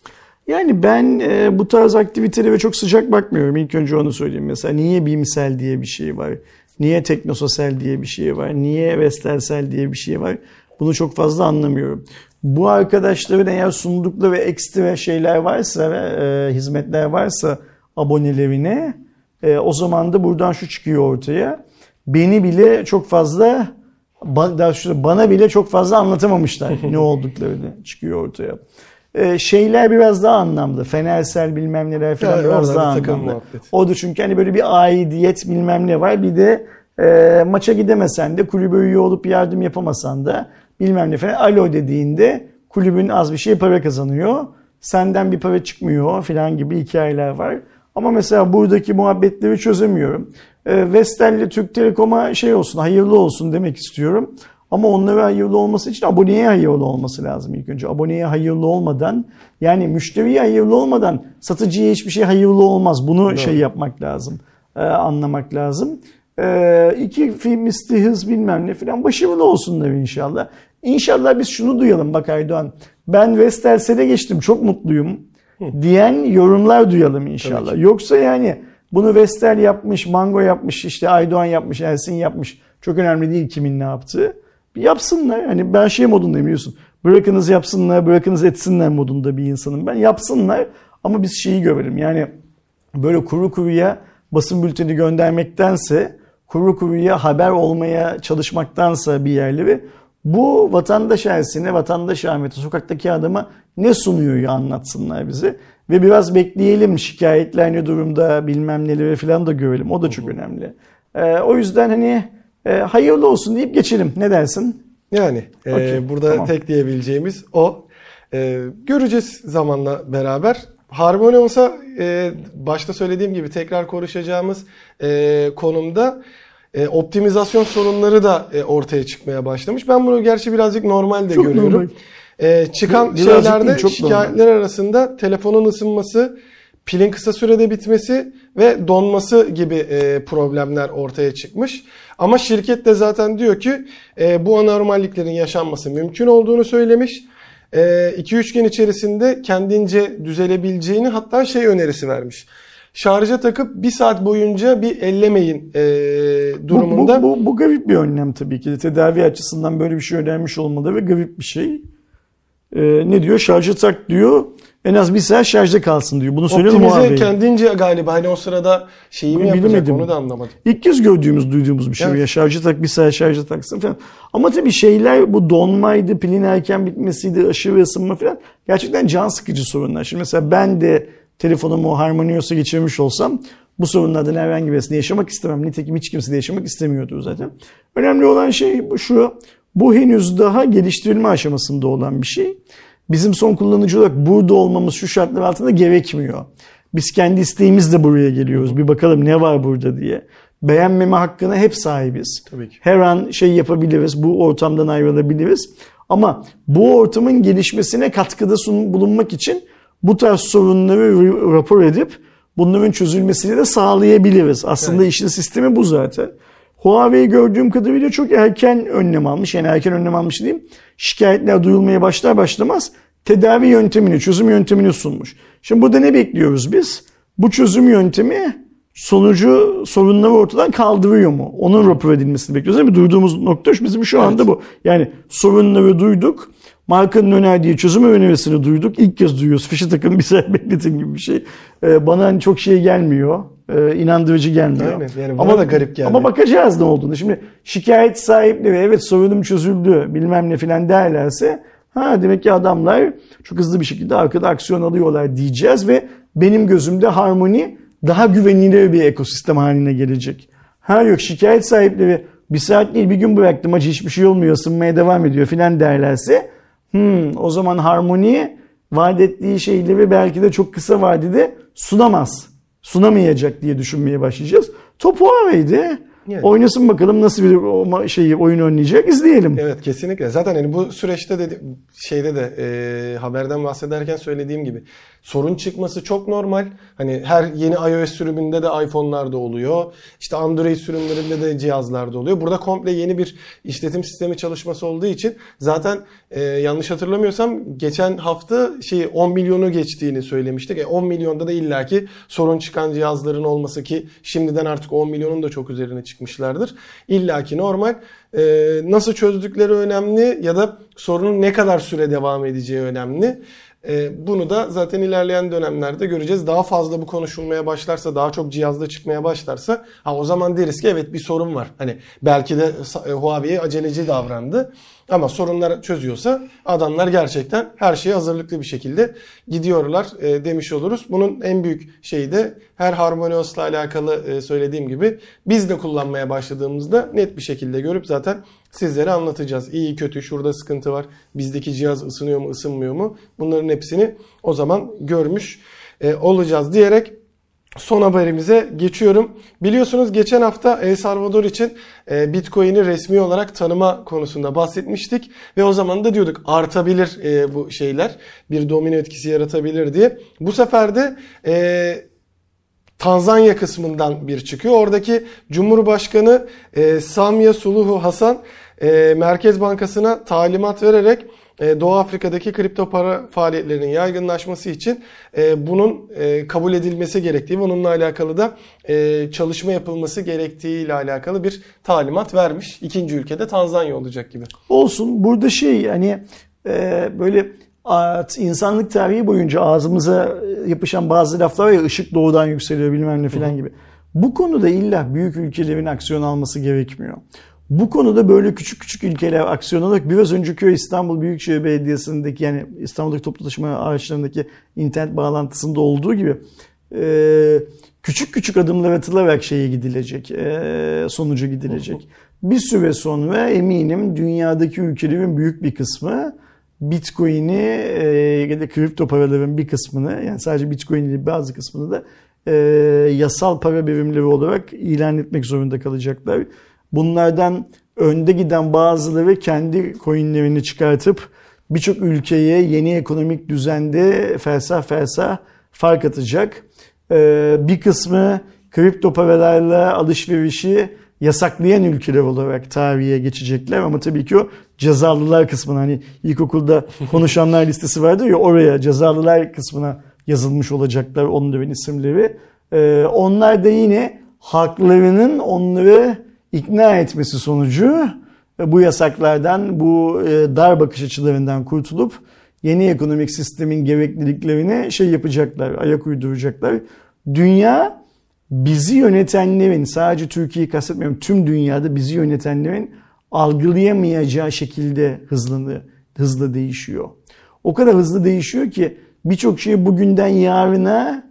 Yani ben e, bu tarz aktivitelere çok sıcak bakmıyorum. İlk önce onu söyleyeyim. Mesela niye bilimsel diye bir şey var? Niye teknososyal diye bir şey var? Niye vestelsel diye bir şey var? Bunu çok fazla anlamıyorum. Bu arkadaşların eğer sundukları ekstra şeyler varsa ve e, hizmetler varsa abonelerine e, o zaman da buradan şu çıkıyor ortaya. Beni bile çok fazla bana bile çok fazla anlatamamışlar ne olduklarını çıkıyor ortaya. Ee, şeyler biraz daha anlamlı. Fenersel bilmem neler falan yani biraz daha anlamlı. O da çünkü hani böyle bir aidiyet bilmem ne var. Bir de e, maça gidemesen de kulübe üye olup yardım yapamasan da bilmem ne falan. Alo dediğinde kulübün az bir şey para kazanıyor. Senden bir para çıkmıyor falan gibi hikayeler var. Ama mesela buradaki muhabbetleri çözemiyorum. E, Vestel'le Türk Telekom'a şey olsun, hayırlı olsun demek istiyorum. Ama onlara hayırlı olması için aboneye hayırlı olması lazım ilk önce. Aboneye hayırlı olmadan, yani müşteriye hayırlı olmadan satıcıya hiçbir şey hayırlı olmaz. Bunu Doğru. şey yapmak lazım, e, anlamak lazım. E, iki film misli hız bilmem ne falan başarılı olsunlar inşallah. İnşallah biz şunu duyalım bak Aydoğan. Ben Vestel'e geçtim çok mutluyum diyen yorumlar duyalım inşallah. Yoksa yani bunu Vestel yapmış, Mango yapmış, işte Aydoğan yapmış, Ersin yapmış. Çok önemli değil kimin ne yaptığı. Bir yapsınlar. Hani ben şey modundayım biliyorsun. Bırakınız yapsınlar, bırakınız etsinler modunda bir insanım ben. Yapsınlar ama biz şeyi görelim. Yani böyle kuru kuruya basın bülteni göndermektense, kuru kuruya haber olmaya çalışmaktansa bir yerleri bu vatandaş Ersin'e, vatandaş Ahmet'e, sokaktaki adama ne sunuyor ya anlatsınlar bize. Ve biraz bekleyelim şikayetler ne durumda bilmem neleri falan da görelim. O da çok önemli. Ee, o yüzden hani e, hayırlı olsun deyip geçelim. Ne dersin? Yani e, okay, burada tamam. tek diyebileceğimiz o. E, göreceğiz zamanla beraber. Harmoni olsa e, başta söylediğim gibi tekrar konuşacağımız e, konumda e, optimizasyon sorunları da e, ortaya çıkmaya başlamış. Ben bunu gerçi birazcık normal de çok görüyorum. Normal. Ee, çıkan Birazcık şeylerde değil, şikayetler normal. Arasında telefonun ısınması, pilin kısa sürede bitmesi ve donması gibi e, problemler ortaya çıkmış. Ama şirket de zaten diyor ki e, bu anormalliklerin yaşanması mümkün olduğunu söylemiş. iki üç gün içerisinde kendince düzelebileceğini, hatta şey önerisi vermiş. Şarja takıp bir saat boyunca bir ellemeyin e, durumunda. Bu, bu, bu, bu garip bir önlem tabii ki de. Tedavi açısından böyle bir şey önermiş olmalı ve garip bir şey. Ee, ne diyor? Şarja tak diyor. En az bir saat şarjda kalsın diyor. Bunu söylüyor mu abi? Optimize kendince galiba. Hani o sırada şeyi mi yapacak bilemedim. Onu da anlamadım. İlk kez gördüğümüz, duyduğumuz bir şey. Evet. Ya şarja tak bir saat şarja taksın falan. Ama tabii şeyler bu donmaydı, pilin erken bitmesiydi, aşırı ısınma falan. Gerçekten can sıkıcı sorunlar. Şimdi mesela ben de telefonumu HarmonyOS'a geçirmiş olsam bu sorunlardan herhangi birisini yaşamak istemem. Nitekim hiç kimse de yaşamak istemiyordu zaten. Önemli olan şey şu. Bu henüz daha geliştirilme aşamasında olan bir şey. Bizim son kullanıcı olarak burada olmamız şu şartlar altında gerekmiyor. Biz kendi isteğimizle buraya geliyoruz. Bir bakalım ne var burada diye. Beğenmeme hakkına hep sahibiz. Tabii ki. Her an şey yapabiliriz. Bu ortamdan ayrılabiliriz. Ama bu ortamın gelişmesine katkıda sun- bulunmak için bu tarz sorunları rapor edip bunların çözülmesini de sağlayabiliriz. Aslında evet. işin sistemi bu zaten. Huawei gördüğüm kadarıyla çok erken önlem almış. Yani erken önlem almış diyeyim. Şikayetler duyulmaya başlar başlamaz tedavi yöntemini, çözüm yöntemini sunmuş. Şimdi burada ne bekliyoruz biz? Bu çözüm yöntemi sonucu, sorunları ortadan kaldırıyor mu? Onun rapor edilmesini bekliyoruz. Yani duyduğumuz nokta bizim şu anda evet. bu. Yani sorunları duyduk. Markanın önerdiği çözüm önerisini duyduk. İlk kez duyuyoruz. Fişi takın bir saat bekletin gibi bir şey. Ee, bana hani çok şey gelmiyor. Ee, inandırıcı gelmiyor. Aynen. Yani ama da garip geldi. Ama bakacağız ne olduğunu. Şimdi şikayet sahipleri evet sorunum çözüldü bilmem ne filan derlerse ha demek ki adamlar çok hızlı bir şekilde arkada aksiyon alıyorlar diyeceğiz ve benim gözümde Harmony daha güvenilir bir ekosistem haline gelecek. Ha yok şikayet sahipleri bir saat değil bir gün bıraktım acı hiçbir şey olmuyor ısınmaya devam ediyor filan derlerse hmm, o zaman Harmony vaat ettiği şeyleri belki de çok kısa vadede sunamaz. Sunamayacak diye düşünmeye başlayacağız. Top Huawei'de Yani. Oynasın bakalım nasıl bir şeyi oyun oynayacak, izleyelim. Evet, kesinlikle. Zaten hani bu süreçte de şeyde de e, haberden bahsederken söylediğim gibi sorun çıkması çok normal. Hani her yeni iOS sürümünde de iPhone'larda oluyor. İşte Android sürümlerinde de cihazlarda oluyor. Burada komple yeni bir işletim sistemi çalışması olduğu için zaten e, yanlış hatırlamıyorsam geçen hafta şey on milyonu geçtiğini söylemiştik. E, on milyonda da illaki sorun çıkan cihazların olması, ki şimdiden artık on milyonun da çok üzerine çıkmışlardır. İllaki normal. E, nasıl çözdükleri önemli ya da sorunun ne kadar süre devam edeceği önemli. Bunu da zaten ilerleyen dönemlerde göreceğiz. Daha fazla bu konuşulmaya başlarsa, daha çok cihazda çıkmaya başlarsa, ha o zaman deriz ki evet bir sorun var. Hani belki de Huawei aceleci davrandı. Ama sorunlar çözüyorsa adamlar gerçekten her şeye hazırlıklı bir şekilde gidiyorlar e, demiş oluruz. Bunun en büyük şeyi de her HarmonyOS'la alakalı e, söylediğim gibi biz de kullanmaya başladığımızda net bir şekilde görüp zaten sizlere anlatacağız. İyi kötü şurada sıkıntı var. Bizdeki cihaz ısınıyor mu ısınmıyor mu? Bunların hepsini o zaman görmüş e, olacağız diyerek son haberimize geçiyorum. Biliyorsunuz geçen hafta El Salvador için Bitcoin'i resmi olarak tanıma konusunda bahsetmiştik. Ve o zaman da diyorduk artabilir bu şeyler. Bir domino etkisi yaratabilir diye. Bu sefer de Tanzanya kısmından bir çıkıyor. Oradaki Cumhurbaşkanı Samia Suluhu Hasan Merkez Bankası'na talimat vererek Doğu Afrika'daki kripto para faaliyetlerinin yaygınlaşması için bunun kabul edilmesi gerektiği, bununla alakalı da çalışma yapılması gerektiği ile alakalı bir talimat vermiş. İkinci ülkede Tanzanya olacak gibi. Olsun. Burada şey yani böyle insanlık tarihi boyunca ağzımıza yapışan bazı laflar ya, ışık doğudan yükseliyor bilmem ne falan gibi. Bu konuda illa büyük ülkelerin aksiyon alması gerekmiyor. Bu konuda böyle küçük küçük ülkeler aksiyon alarak biraz önceki İstanbul Büyükşehir Belediyesi'ndeki yani İstanbul'daki toplu taşıma araçlarındaki internet bağlantısında olduğu gibi küçük küçük adımlar atılarak şeye gidilecek, sonuca gidilecek. Bir süre sonra eminim dünyadaki ülkelerin büyük bir kısmı Bitcoin'i ya da kripto paraların bir kısmını, yani sadece Bitcoin'in bazı kısmını da yasal para birimleri olarak ilan etmek zorunda kalacaklar. Bunlardan önde giden bazıları kendi coinlerini çıkartıp birçok ülkeye yeni ekonomik düzende fersah fersah fark atacak. Bir kısmı kripto paralarla alışverişi yasaklayan ülkeler olarak tarihe geçecekler. Ama tabii ki o cezalılar kısmına, hani ilkokulda konuşanlar listesi vardır ya, oraya cezalılar kısmına yazılmış olacaklar onların isimleri. Onlar da yine haklarının onları ikna etmesi sonucu bu yasaklardan, bu dar bakış açılarından kurtulup yeni ekonomik sistemin gerekliliklerine şey yapacaklar, ayak uyduracaklar. Dünya bizi yönetenlerin, sadece Türkiye'yi kastetmiyorum, tüm dünyada bizi yönetenlerin algılayamayacağı şekilde hızlı, hızlı değişiyor. O kadar hızlı değişiyor ki birçok şey bugünden yarına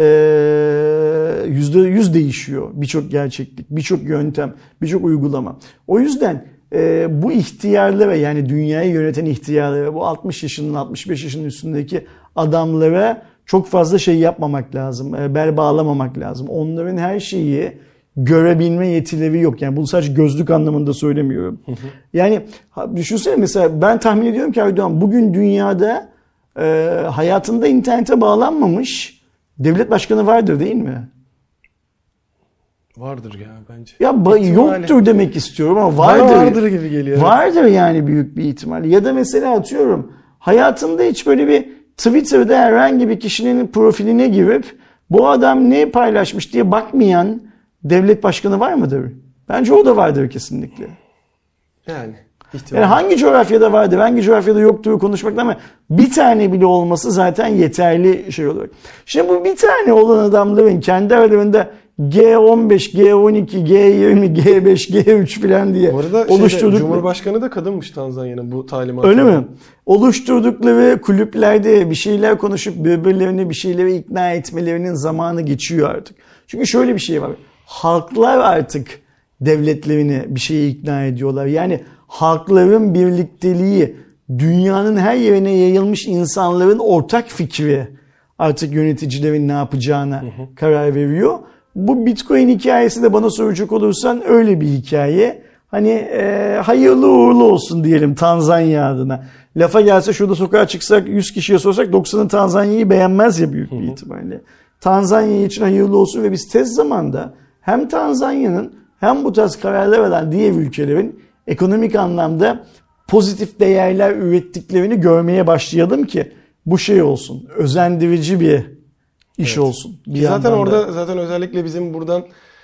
yüzde yüz değişiyor. Birçok gerçeklik, birçok yöntem, birçok uygulama. O yüzden e, bu ihtiyarlara, yani dünyayı yöneten ihtiyarlara, bu altmış yaşının altmış beş yaşının üstündeki adamlara çok fazla şey yapmamak lazım. E, bel bağlamamak lazım. Onların her şeyi görebilme yetileri yok. Yani bunu sadece gözlük anlamında söylemiyorum. Hı hı. Yani düşünsene mesela, ben tahmin ediyorum ki Erdoğan bugün dünyada e, hayatında internete bağlanmamış devlet başkanı vardır değil mi? Vardır ya bence. Ya ba- yoktur demek istiyorum ama vardır. Bana vardır gibi geliyor. Vardır yani büyük bir ihtimal. Ya da mesela atıyorum hayatında hiç böyle bir Twitter'da herhangi bir kişinin profiline girip bu adam ne paylaşmış diye bakmayan devlet başkanı var mıdır? Bence o da vardır kesinlikle. Yani. Yani hangi coğrafyada vardır, hangi coğrafyada yoktur konuşmakla, ama bir tane bile olması zaten yeterli şey olarak. Şimdi bu bir tane olan adamların kendi aralarında G on beş, G on iki, G yirmi, G beş, G üç falan diye oluşturduk. Cumhurbaşkanı da kadınmış Tanzanya'nın bu talimatı. Öyle mi? Oluşturdukları kulüplerde bir şeyler konuşup birbirlerini bir şeylere ikna etmelerinin zamanı geçiyor artık. Çünkü şöyle bir şey var. Halklar artık devletlerini bir şeye ikna ediyorlar. Yani halkların birlikteliği, dünyanın her yerine yayılmış insanların ortak fikri artık yöneticilerin ne yapacağına hı hı. karar veriyor. bu Bitcoin hikayesi de bana soracak olursan öyle bir hikaye. Hani e, hayırlı uğurlu olsun diyelim Tanzanya adına. Lafa gelse şurada sokağa çıksak yüz kişiye sorsak doksanı Tanzanya'yı beğenmez ya büyük bir ihtimalle. Tanzanya için hayırlı olsun ve biz tez zamanda hem Tanzanya'nın hem bu tarz kararlar alan diğer ülkelerin ekonomik anlamda pozitif değerler ürettiklerini görmeye başlayalım ki bu şey olsun. Özendirici bir iş evet. olsun. Bir zaten orada da... zaten özellikle bizim buradan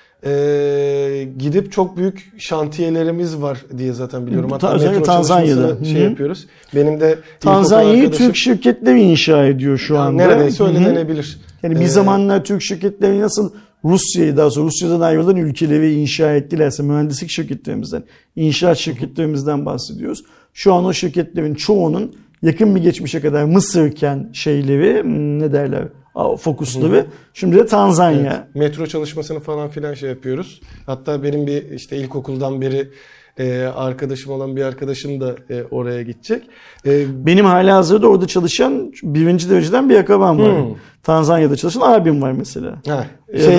e, gidip çok büyük şantiyelerimiz var diye zaten biliyorum. Hatta özellikle Tanzanya'da şey Hı-hı. yapıyoruz. Benim de Tanzanya'yı Türk şirketleri inşa ediyor şu yani anda. Neredeyse öyle Hı-hı. denebilir. Yani bir ee, zamanlar Türk şirketleri nasıl Rusya'yı daha sonra Rusya'dan ayrılan ülkeleri inşa ettilerse mühendislik şirketlerimizden, inşaat şirketlerimizden bahsediyoruz. Şu an o şirketlerin çoğunun yakın bir geçmişe kadar Mısırken şeyleri ne derler fokusları Hı. şimdi de Tanzanya. Evet, metro çalışmasını falan filan şey yapıyoruz. Hatta benim bir işte ilkokuldan beri e, arkadaşım olan bir arkadaşım da e, oraya gidecek. E, benim halihazırda orada çalışan birinci dereceden bir akrabam var. Hı. Tanzanya'da çalışan abim var mesela. Ha, şey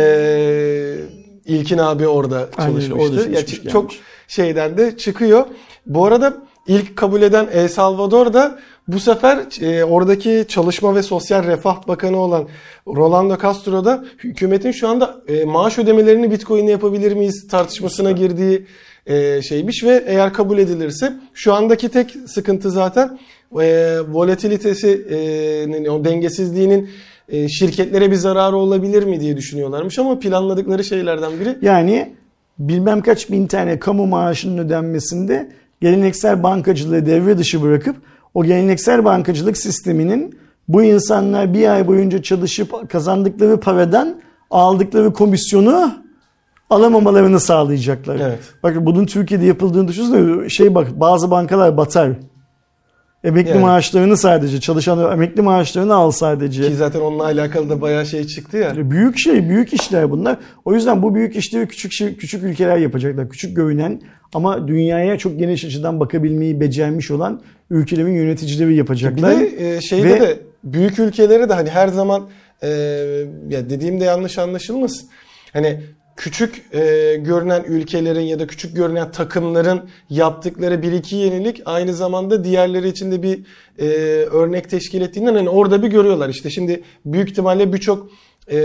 e, İlkin abi orada çalışmıştı. Aynen, orada ya, çok şeyden de çıkıyor. Bu arada ilk kabul eden El Salvador'da bu sefer e, oradaki Çalışma ve Sosyal Refah Bakanı olan Rolando Castro da hükümetin şu anda e, maaş ödemelerini Bitcoin'le yapabilir miyiz tartışmasına girdiği e, şeymiş ve eğer kabul edilirse şu andaki tek sıkıntı zaten e, volatilitesi, e, o dengesizliğinin e, şirketlere bir zararı olabilir mi diye düşünüyorlarmış ama planladıkları şeylerden biri. Yani bilmem kaç bin tane kamu maaşının ödenmesinde geleneksel bankacılığı devre dışı bırakıp o geleneksel bankacılık sisteminin bu insanlar bir ay boyunca çalışıp kazandıkları paradan aldıkları komisyonu alamamalarını sağlayacaklar. Evet. Bakın bunun Türkiye'de yapıldığını düşünsene. Şey bak bazı bankalar batar. Emekli yani. maaşlarını sadece çalışan emekli maaşlarını al sadece. Ki zaten onunla alakalı da bayağı şey çıktı ya. Büyük şey, büyük işler bunlar. O yüzden bu büyük işleri küçük şey, küçük ülkeler yapacaklar. Küçük görünen ama dünyaya çok geniş açıdan bakabilmeyi becermiş olan ülkelerin yöneticileri yapacaklar. Bir de şeyde Ve, de büyük ülkelere de hani her zaman e, ya dediğimde yanlış anlaşılmasın. Hani küçük e, görünen ülkelerin ya da küçük görünen takımların yaptıkları bir iki yenilik aynı zamanda diğerleri için de bir e, örnek teşkil ettiğinden hani orada bir görüyorlar. İşte şimdi büyük ihtimalle birçok e,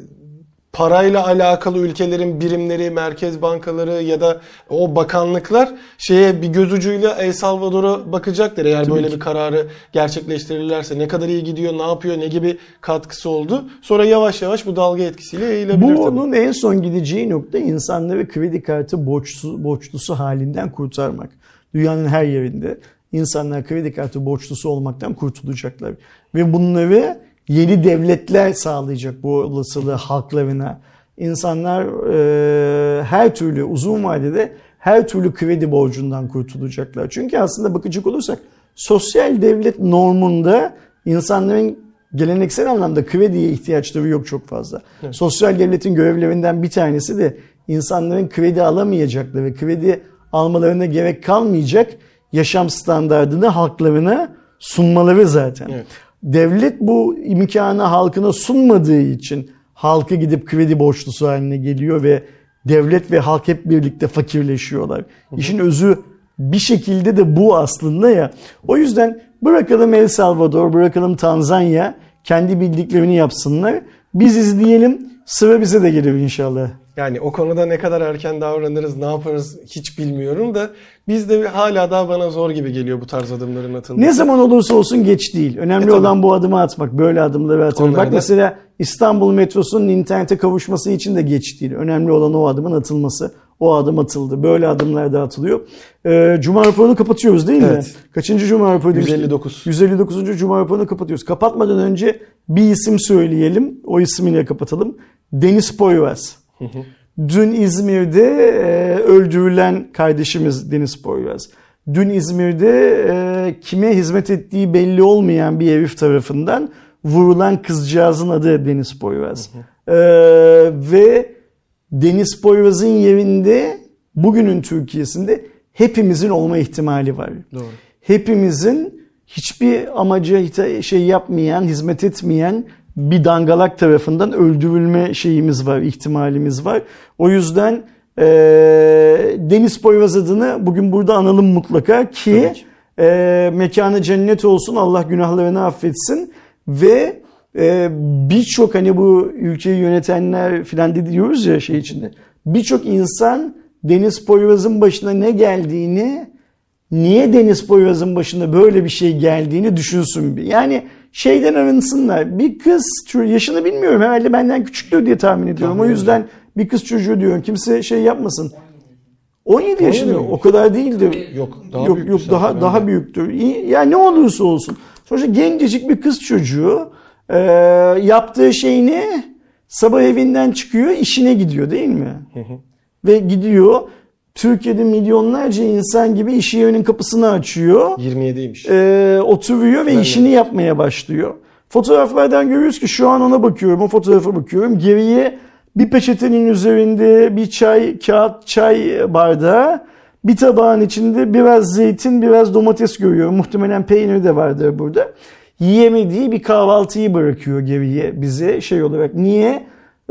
parayla alakalı ülkelerin birimleri, merkez bankaları ya da o bakanlıklar şeye bir göz ucuyla El Salvador'a bakacaktır. Eğer Tabii böyle ki. bir kararı gerçekleştirirlerse ne kadar iyi gidiyor, ne yapıyor, ne gibi katkısı oldu. Sonra yavaş yavaş bu dalga etkisiyle eğilebilir. Bu onun en son gideceği nokta insanları kredi kartı borçlu, borçlusu halinden kurtarmak. Dünyanın her yerinde insanlar kredi kartı borçlusu olmaktan kurtulacaklar. Ve bunları yeni devletler sağlayacak bu olasılığı halklarına. İnsanlar e, her türlü uzun vadede her türlü kredi borcundan kurtulacaklar. Çünkü aslında bakacak olursak sosyal devlet normunda insanların geleneksel anlamda krediye ihtiyaçları yok çok fazla. Evet. Sosyal devletin görevlerinden bir tanesi de insanların kredi alamayacakları ve kredi almalarına gerek kalmayacak yaşam standardını halklarına sunmaları zaten. Evet. Devlet bu imkanı halkına sunmadığı için halka gidip kredi borçlusu haline geliyor ve devlet ve halk hep birlikte fakirleşiyorlar. Hı hı. İşin özü bir şekilde de bu aslında ya. O yüzden bırakalım El Salvador, bırakalım Tanzanya kendi bildiklerini yapsınlar. Biz izleyelim, sıra bize de gelir inşallah. Yani o konuda ne kadar erken davranırız, ne yaparız hiç bilmiyorum da biz de hala daha bana zor gibi geliyor bu tarz adımların atılması. Ne zaman olursa olsun geç değil. Önemli e, olan bu adımı atmak, böyle adımları atmak. Bak mesela İstanbul metrosunun internete kavuşması için de geç değil. Önemli olan o adımın atılması. O adım atıldı. Böyle adımlar da atılıyor. Ee, Cuma raporunu kapatıyoruz değil mi? Evet. Kaçıncı Cuma raporu? yüz elli dokuz. yüz elli dokuzuncu Cuma raporunu kapatıyoruz. Kapatmadan önce bir isim söyleyelim. O ismiyle kapatalım. Deniz Poyraz. Hı hı. Dün İzmir'de e, öldürülen kardeşimiz Deniz Poyraz. Dün İzmir'de e, kime hizmet ettiği belli olmayan bir herif tarafından vurulan kızcağızın adı Deniz Poyraz. Hı hı. E, ve Deniz Poyraz'ın yerinde bugünün Türkiye'sinde hepimizin olma ihtimali var. Doğru. Hepimizin hiçbir amaca şey yapmayan, hizmet etmeyen bir dangalak tarafından öldürülme şeyimiz var, ihtimalimiz var. O yüzden e, Deniz Poyraz adını bugün burada analım mutlaka ki e, mekanı cennet olsun, Allah günahlarını affetsin ve e, birçok hani bu ülkeyi yönetenler filan de diyoruz ya şey içinde, birçok insan Deniz Poyraz'ın başına ne geldiğini, niye Deniz Poyraz'ın başına böyle bir şey geldiğini düşünsün bir. Yani şeyden arınsınlar. Bir kız, yaşını bilmiyorum, herhalde benden küçüktür diye tahmin ediyorum. Tahmin o yüzden bir kız çocuğu diyorum. Kimse şey yapmasın. on yedi yaşında, o kadar değildir. Yok, daha yok, yok daha daha büyüktür. Yani ne olursa olsun. Sonuçta gencecik bir kız çocuğu e, yaptığı şey ne? Sabah evinden çıkıyor, işine gidiyor değil mi? Hı hı. Ve gidiyor. Türkiye'de milyonlarca insan gibi iş yerinin kapısını açıyor. yirmi yediymiş. E, oturuyor ve ben işini de yapmaya başlıyor. Fotoğraflardan görüyoruz ki şu an ona bakıyorum, o fotoğrafa bakıyorum. Geriye bir peçetenin üzerinde bir çay, kağıt çay bardağı, bir tabağın içinde biraz zeytin, biraz domates görüyorum. Muhtemelen peynir de vardır burada. Yiyemediği bir kahvaltıyı bırakıyor geriye bize şey olarak. Niye?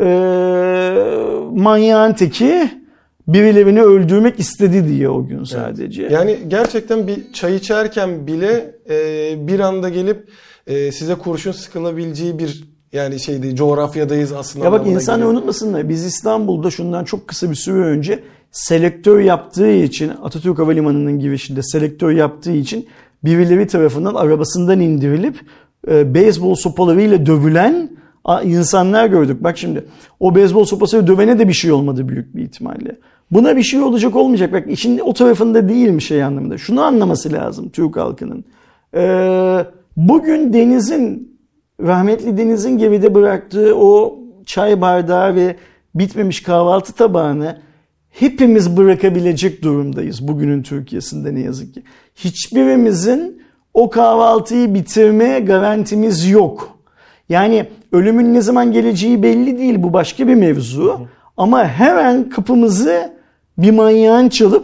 Ee, manyağın teki birilerini öldürmek istedi diye o gün sadece. Evet. Yani gerçekten bir çay içerken bile e, bir anda gelip e, size kurşun sıkılabileceği bir yani şeydi, coğrafyadayız aslında. Ya bak insanlar unutmasınlar, biz İstanbul'da şundan çok kısa bir süre önce selektör yaptığı için, Atatürk Havalimanı'nın girişinde selektör yaptığı için birileri tarafından arabasından indirilip e, beyzbol sopalarıyla dövülen insanlar gördük. Bak şimdi o beyzbol sopasıyla dövene de bir şey olmadı büyük bir ihtimalle. Buna bir şey olacak olmayacak. Bak işin o tarafında değilmiş şey anlamında. Şunu anlaması lazım Türk halkının. Ee, bugün Deniz'in, rahmetli Deniz'in geride bıraktığı o çay bardağı ve bitmemiş kahvaltı tabağını hepimiz bırakabilecek durumdayız bugünün Türkiye'sinde ne yazık ki. Hiçbirimizin o kahvaltıyı bitirme garantimiz yok. Yani ölümün ne zaman geleceği belli değil, bu başka bir mevzu. Ama hemen kapımızı bir manyağın çalıp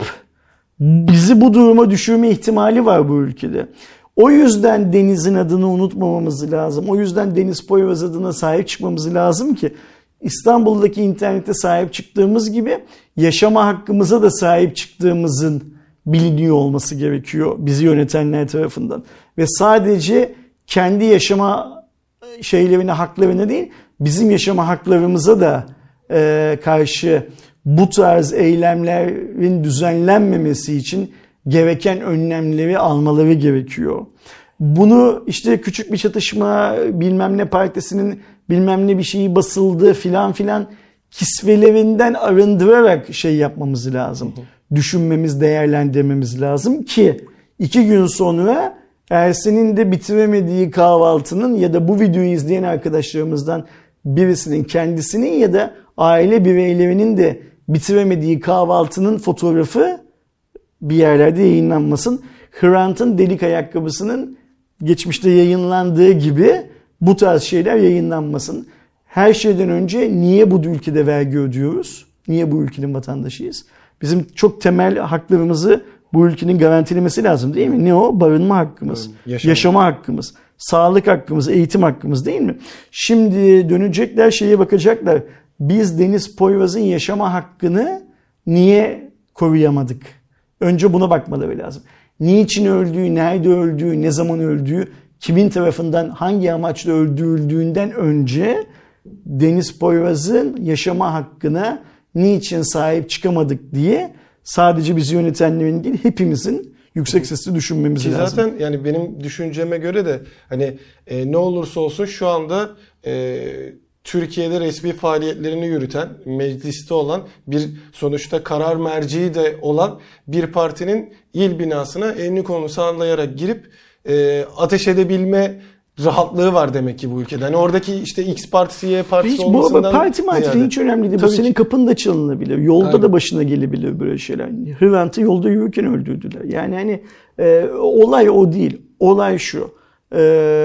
bizi bu duruma düşürme ihtimali var bu ülkede. O yüzden Deniz'in adını unutmamamız lazım. O yüzden Deniz Poyraz adına sahip çıkmamız lazım ki İstanbul'daki internete sahip çıktığımız gibi yaşama hakkımıza da sahip çıktığımızın biliniyor olması gerekiyor bizi yönetenler tarafından. Ve sadece kendi yaşama şeylerine, haklarına değil, bizim yaşama haklarımıza da e, karşı bu tarz eylemlerin düzenlenmemesi için gereken önlemleri almaları gerekiyor. Bunu işte küçük bir çatışma, bilmem ne partisinin bilmem ne bir şeyi basıldı filan filan kisvelerinden arındırarak şey yapmamız lazım. Düşünmemiz, değerlendirmemiz lazım ki iki gün sonra Ersin'in de bitiremediği kahvaltının ya da bu videoyu izleyen arkadaşlarımızdan birisinin, kendisinin ya da aile bireylerinin de bitiremediği kahvaltının fotoğrafı bir yerlerde yayınlanmasın. Hrant'ın delik ayakkabısının geçmişte yayınlandığı gibi bu tarz şeyler yayınlanmasın. Her şeyden önce niye bu ülkede vergi ödüyoruz? Niye bu ülkenin vatandaşıyız? Bizim çok temel haklarımızı bu ülkenin garantilemesi lazım değil mi? Ne o? Barınma hakkımız, yaşama, yaşama hakkımız, sağlık hakkımız, eğitim hakkımız değil mi? Şimdi dönecekler şeye bakacaklar. Biz Deniz Poyraz'ın yaşama hakkını niye koruyamadık? Önce buna bakmaları lazım. Niçin öldüğü, nerede öldüğü, ne zaman öldüğü, kimin tarafından hangi amaçla öldürüldüğünden önce Deniz Poyraz'ın yaşama hakkına niçin sahip çıkamadık diye sadece bizi yönetenlerin değil hepimizin yüksek sesle düşünmemiz Ki lazım. Zaten yani benim düşünceme göre de hani e, ne olursa olsun şu anda e, Türkiye'de resmi faaliyetlerini yürüten, mecliste olan bir sonuçta karar merciği de olan bir partinin il binasına elini kolunu sallayarak girip e, ateş edebilme rahatlığı var demek ki bu ülkede. Hani oradaki işte X partisi, Y partisi hiç, olmasından... Bu parti marti hiç önemli değil. Bu senin kapında çalınabilir. Yolda Aynen. da başına gelebilir böyle şeyler. Hrant'ı yolda yürürken öldürdüler. Yani hani e, olay o değil. Olay şu. E,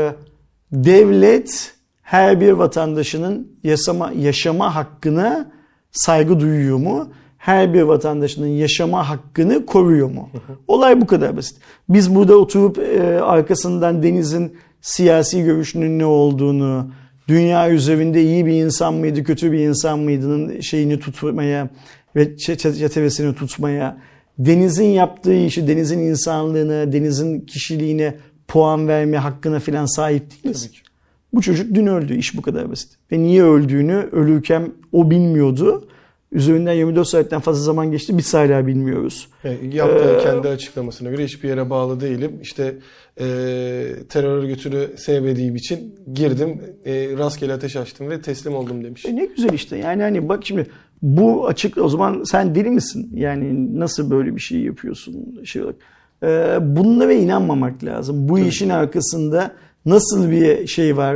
devlet her bir vatandaşının yaşama, yaşama hakkına saygı duyuyor mu? Her bir vatandaşının yaşama hakkını koruyor mu? Olay bu kadar basit. Biz burada oturup e, arkasından Deniz'in siyasi görüşünün ne olduğunu dünya üzerinde iyi bir insan mıydı, kötü bir insan mıydının şeyini tutmaya ve çerçevesini tutmaya, Deniz'in yaptığı işi, Deniz'in insanlığına, Deniz'in kişiliğine puan verme hakkına falan sahip değiliz. Bu çocuk dün öldü. İş bu kadar basit. Ve niye öldüğünü ölürken o bilmiyordu. Üzerinden yirmi dört saatten fazla zaman geçti. Biz hala bilmiyoruz. Yani yaptığı ee, kendi açıklamasına göre hiçbir yere bağlı değilim. İşte e, terör örgütünü sevmediğim için girdim, e, rastgele ateş açtım ve teslim oldum demiş. E ne güzel işte. Yani hani bak şimdi bu açık, o zaman sen deli misin? Yani nasıl böyle bir şey yapıyorsun? Şey olarak. Ee, bunlara inanmamak lazım. Bu Tabii. işin arkasında nasıl bir şey var,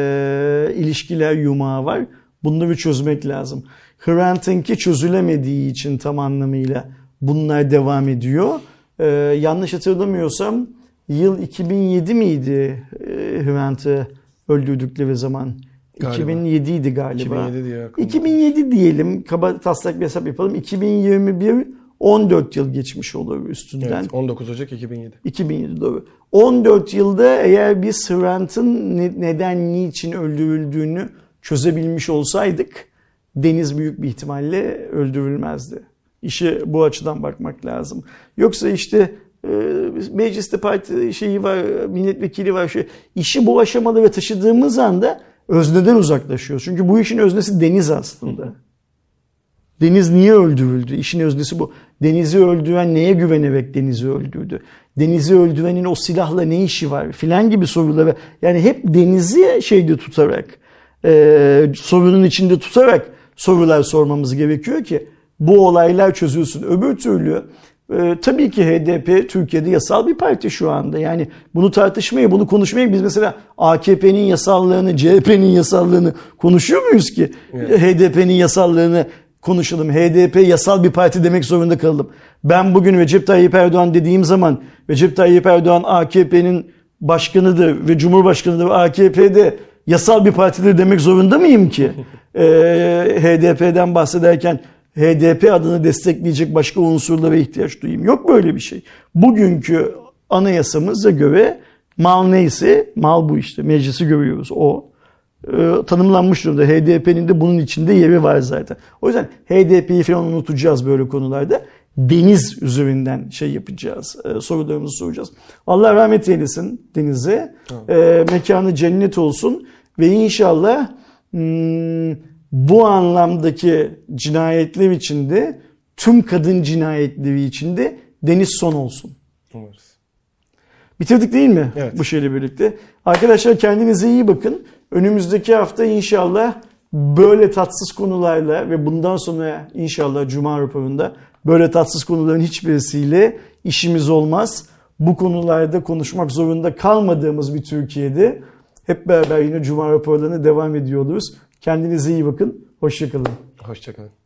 e, ilişkiler yumağı var. Bunları çözmek lazım. Hrant'ınki çözülemediği için tam anlamıyla bunlar devam ediyor. Ee, yanlış hatırlamıyorsam yıl iki bin yedi miydi e, Hrant'ı öldürdükleri zaman? Galiba. iki bin yedi idi galiba. iki bin yedi diye iki bin yedi diyelim. Kaba taslak bir hesap yapalım. iki bin yirmi bir on dört yıl geçmiş olur üstünden. Evet, on dokuz Ocak iki bin yedi. iki bin yedi doğru. on dört yılda eğer biz Hrant'ın neden, niçin öldürüldüğünü çözebilmiş olsaydık Deniz büyük bir ihtimalle öldürülmezdi. İşe bu açıdan bakmak lazım. Yoksa işte e, mecliste parti şeyi var, milletvekili var. Şey, işi bu aşamalara taşıdığımız anda özneden uzaklaşıyoruz. Çünkü bu işin öznesi Deniz aslında. Deniz niye öldürüldü? İşin öznesi bu. Deniz'i öldüren neye güvenerek Deniz'i öldürdü? Deniz'i öldürenin o silahla ne işi var? Filan gibi soruları. Yani hep Deniz'i şeyde tutarak, e, sorunun içinde tutarak sorular sormamız gerekiyor ki bu olaylar çözülsün. Öbür türlü e, tabii ki H D P Türkiye'de yasal bir parti şu anda. Yani bunu tartışmayı, bunu konuşmayı biz mesela A K P'nin yasallığını, C H P'nin yasallığını konuşuyor muyuz ki? Evet. H D P'nin yasallığını konuşalım. H D P yasal bir parti demek zorunda kalalım. Ben bugün Recep Tayyip Erdoğan dediğim zaman Recep Tayyip Erdoğan A K P'nin başkanıdır ve Cumhurbaşkanıdır ve A K P'de yasal bir partidir demek zorunda mıyım ki? ee, H D P'den bahsederken H D P adını destekleyecek başka unsurlara ihtiyaç duyayım. Yok böyle bir şey. Bugünkü anayasamıza göre mal neyse, mal bu işte. Meclisi görüyoruz o. Ee, tanımlanmış durumda. H D P'nin de bunun içinde yeri var zaten. O yüzden H D P'yi falan unutacağız böyle konularda. Deniz üzerinden şey yapacağız. E, sorularımızı soracağız. Allah rahmet eylesin Deniz'e. E, mekanı cennet olsun. Ve inşallah hmm, bu anlamdaki cinayetler içinde, tüm kadın cinayetleri içinde Deniz son olsun. Umarız. Bitirdik değil mi? Evet. Bu şeyle birlikte. Arkadaşlar kendinize iyi bakın. Önümüzdeki hafta inşallah böyle tatsız konularla ve bundan sonra inşallah Cuma raporunda böyle tatsız konuların hiçbirisiyle işimiz olmaz. Bu konularda konuşmak zorunda kalmadığımız bir Türkiye'de hep beraber yine Cuma raporlarına devam ediyoruz. Kendinize iyi bakın. Hoşça kalın. Hoşça kalın.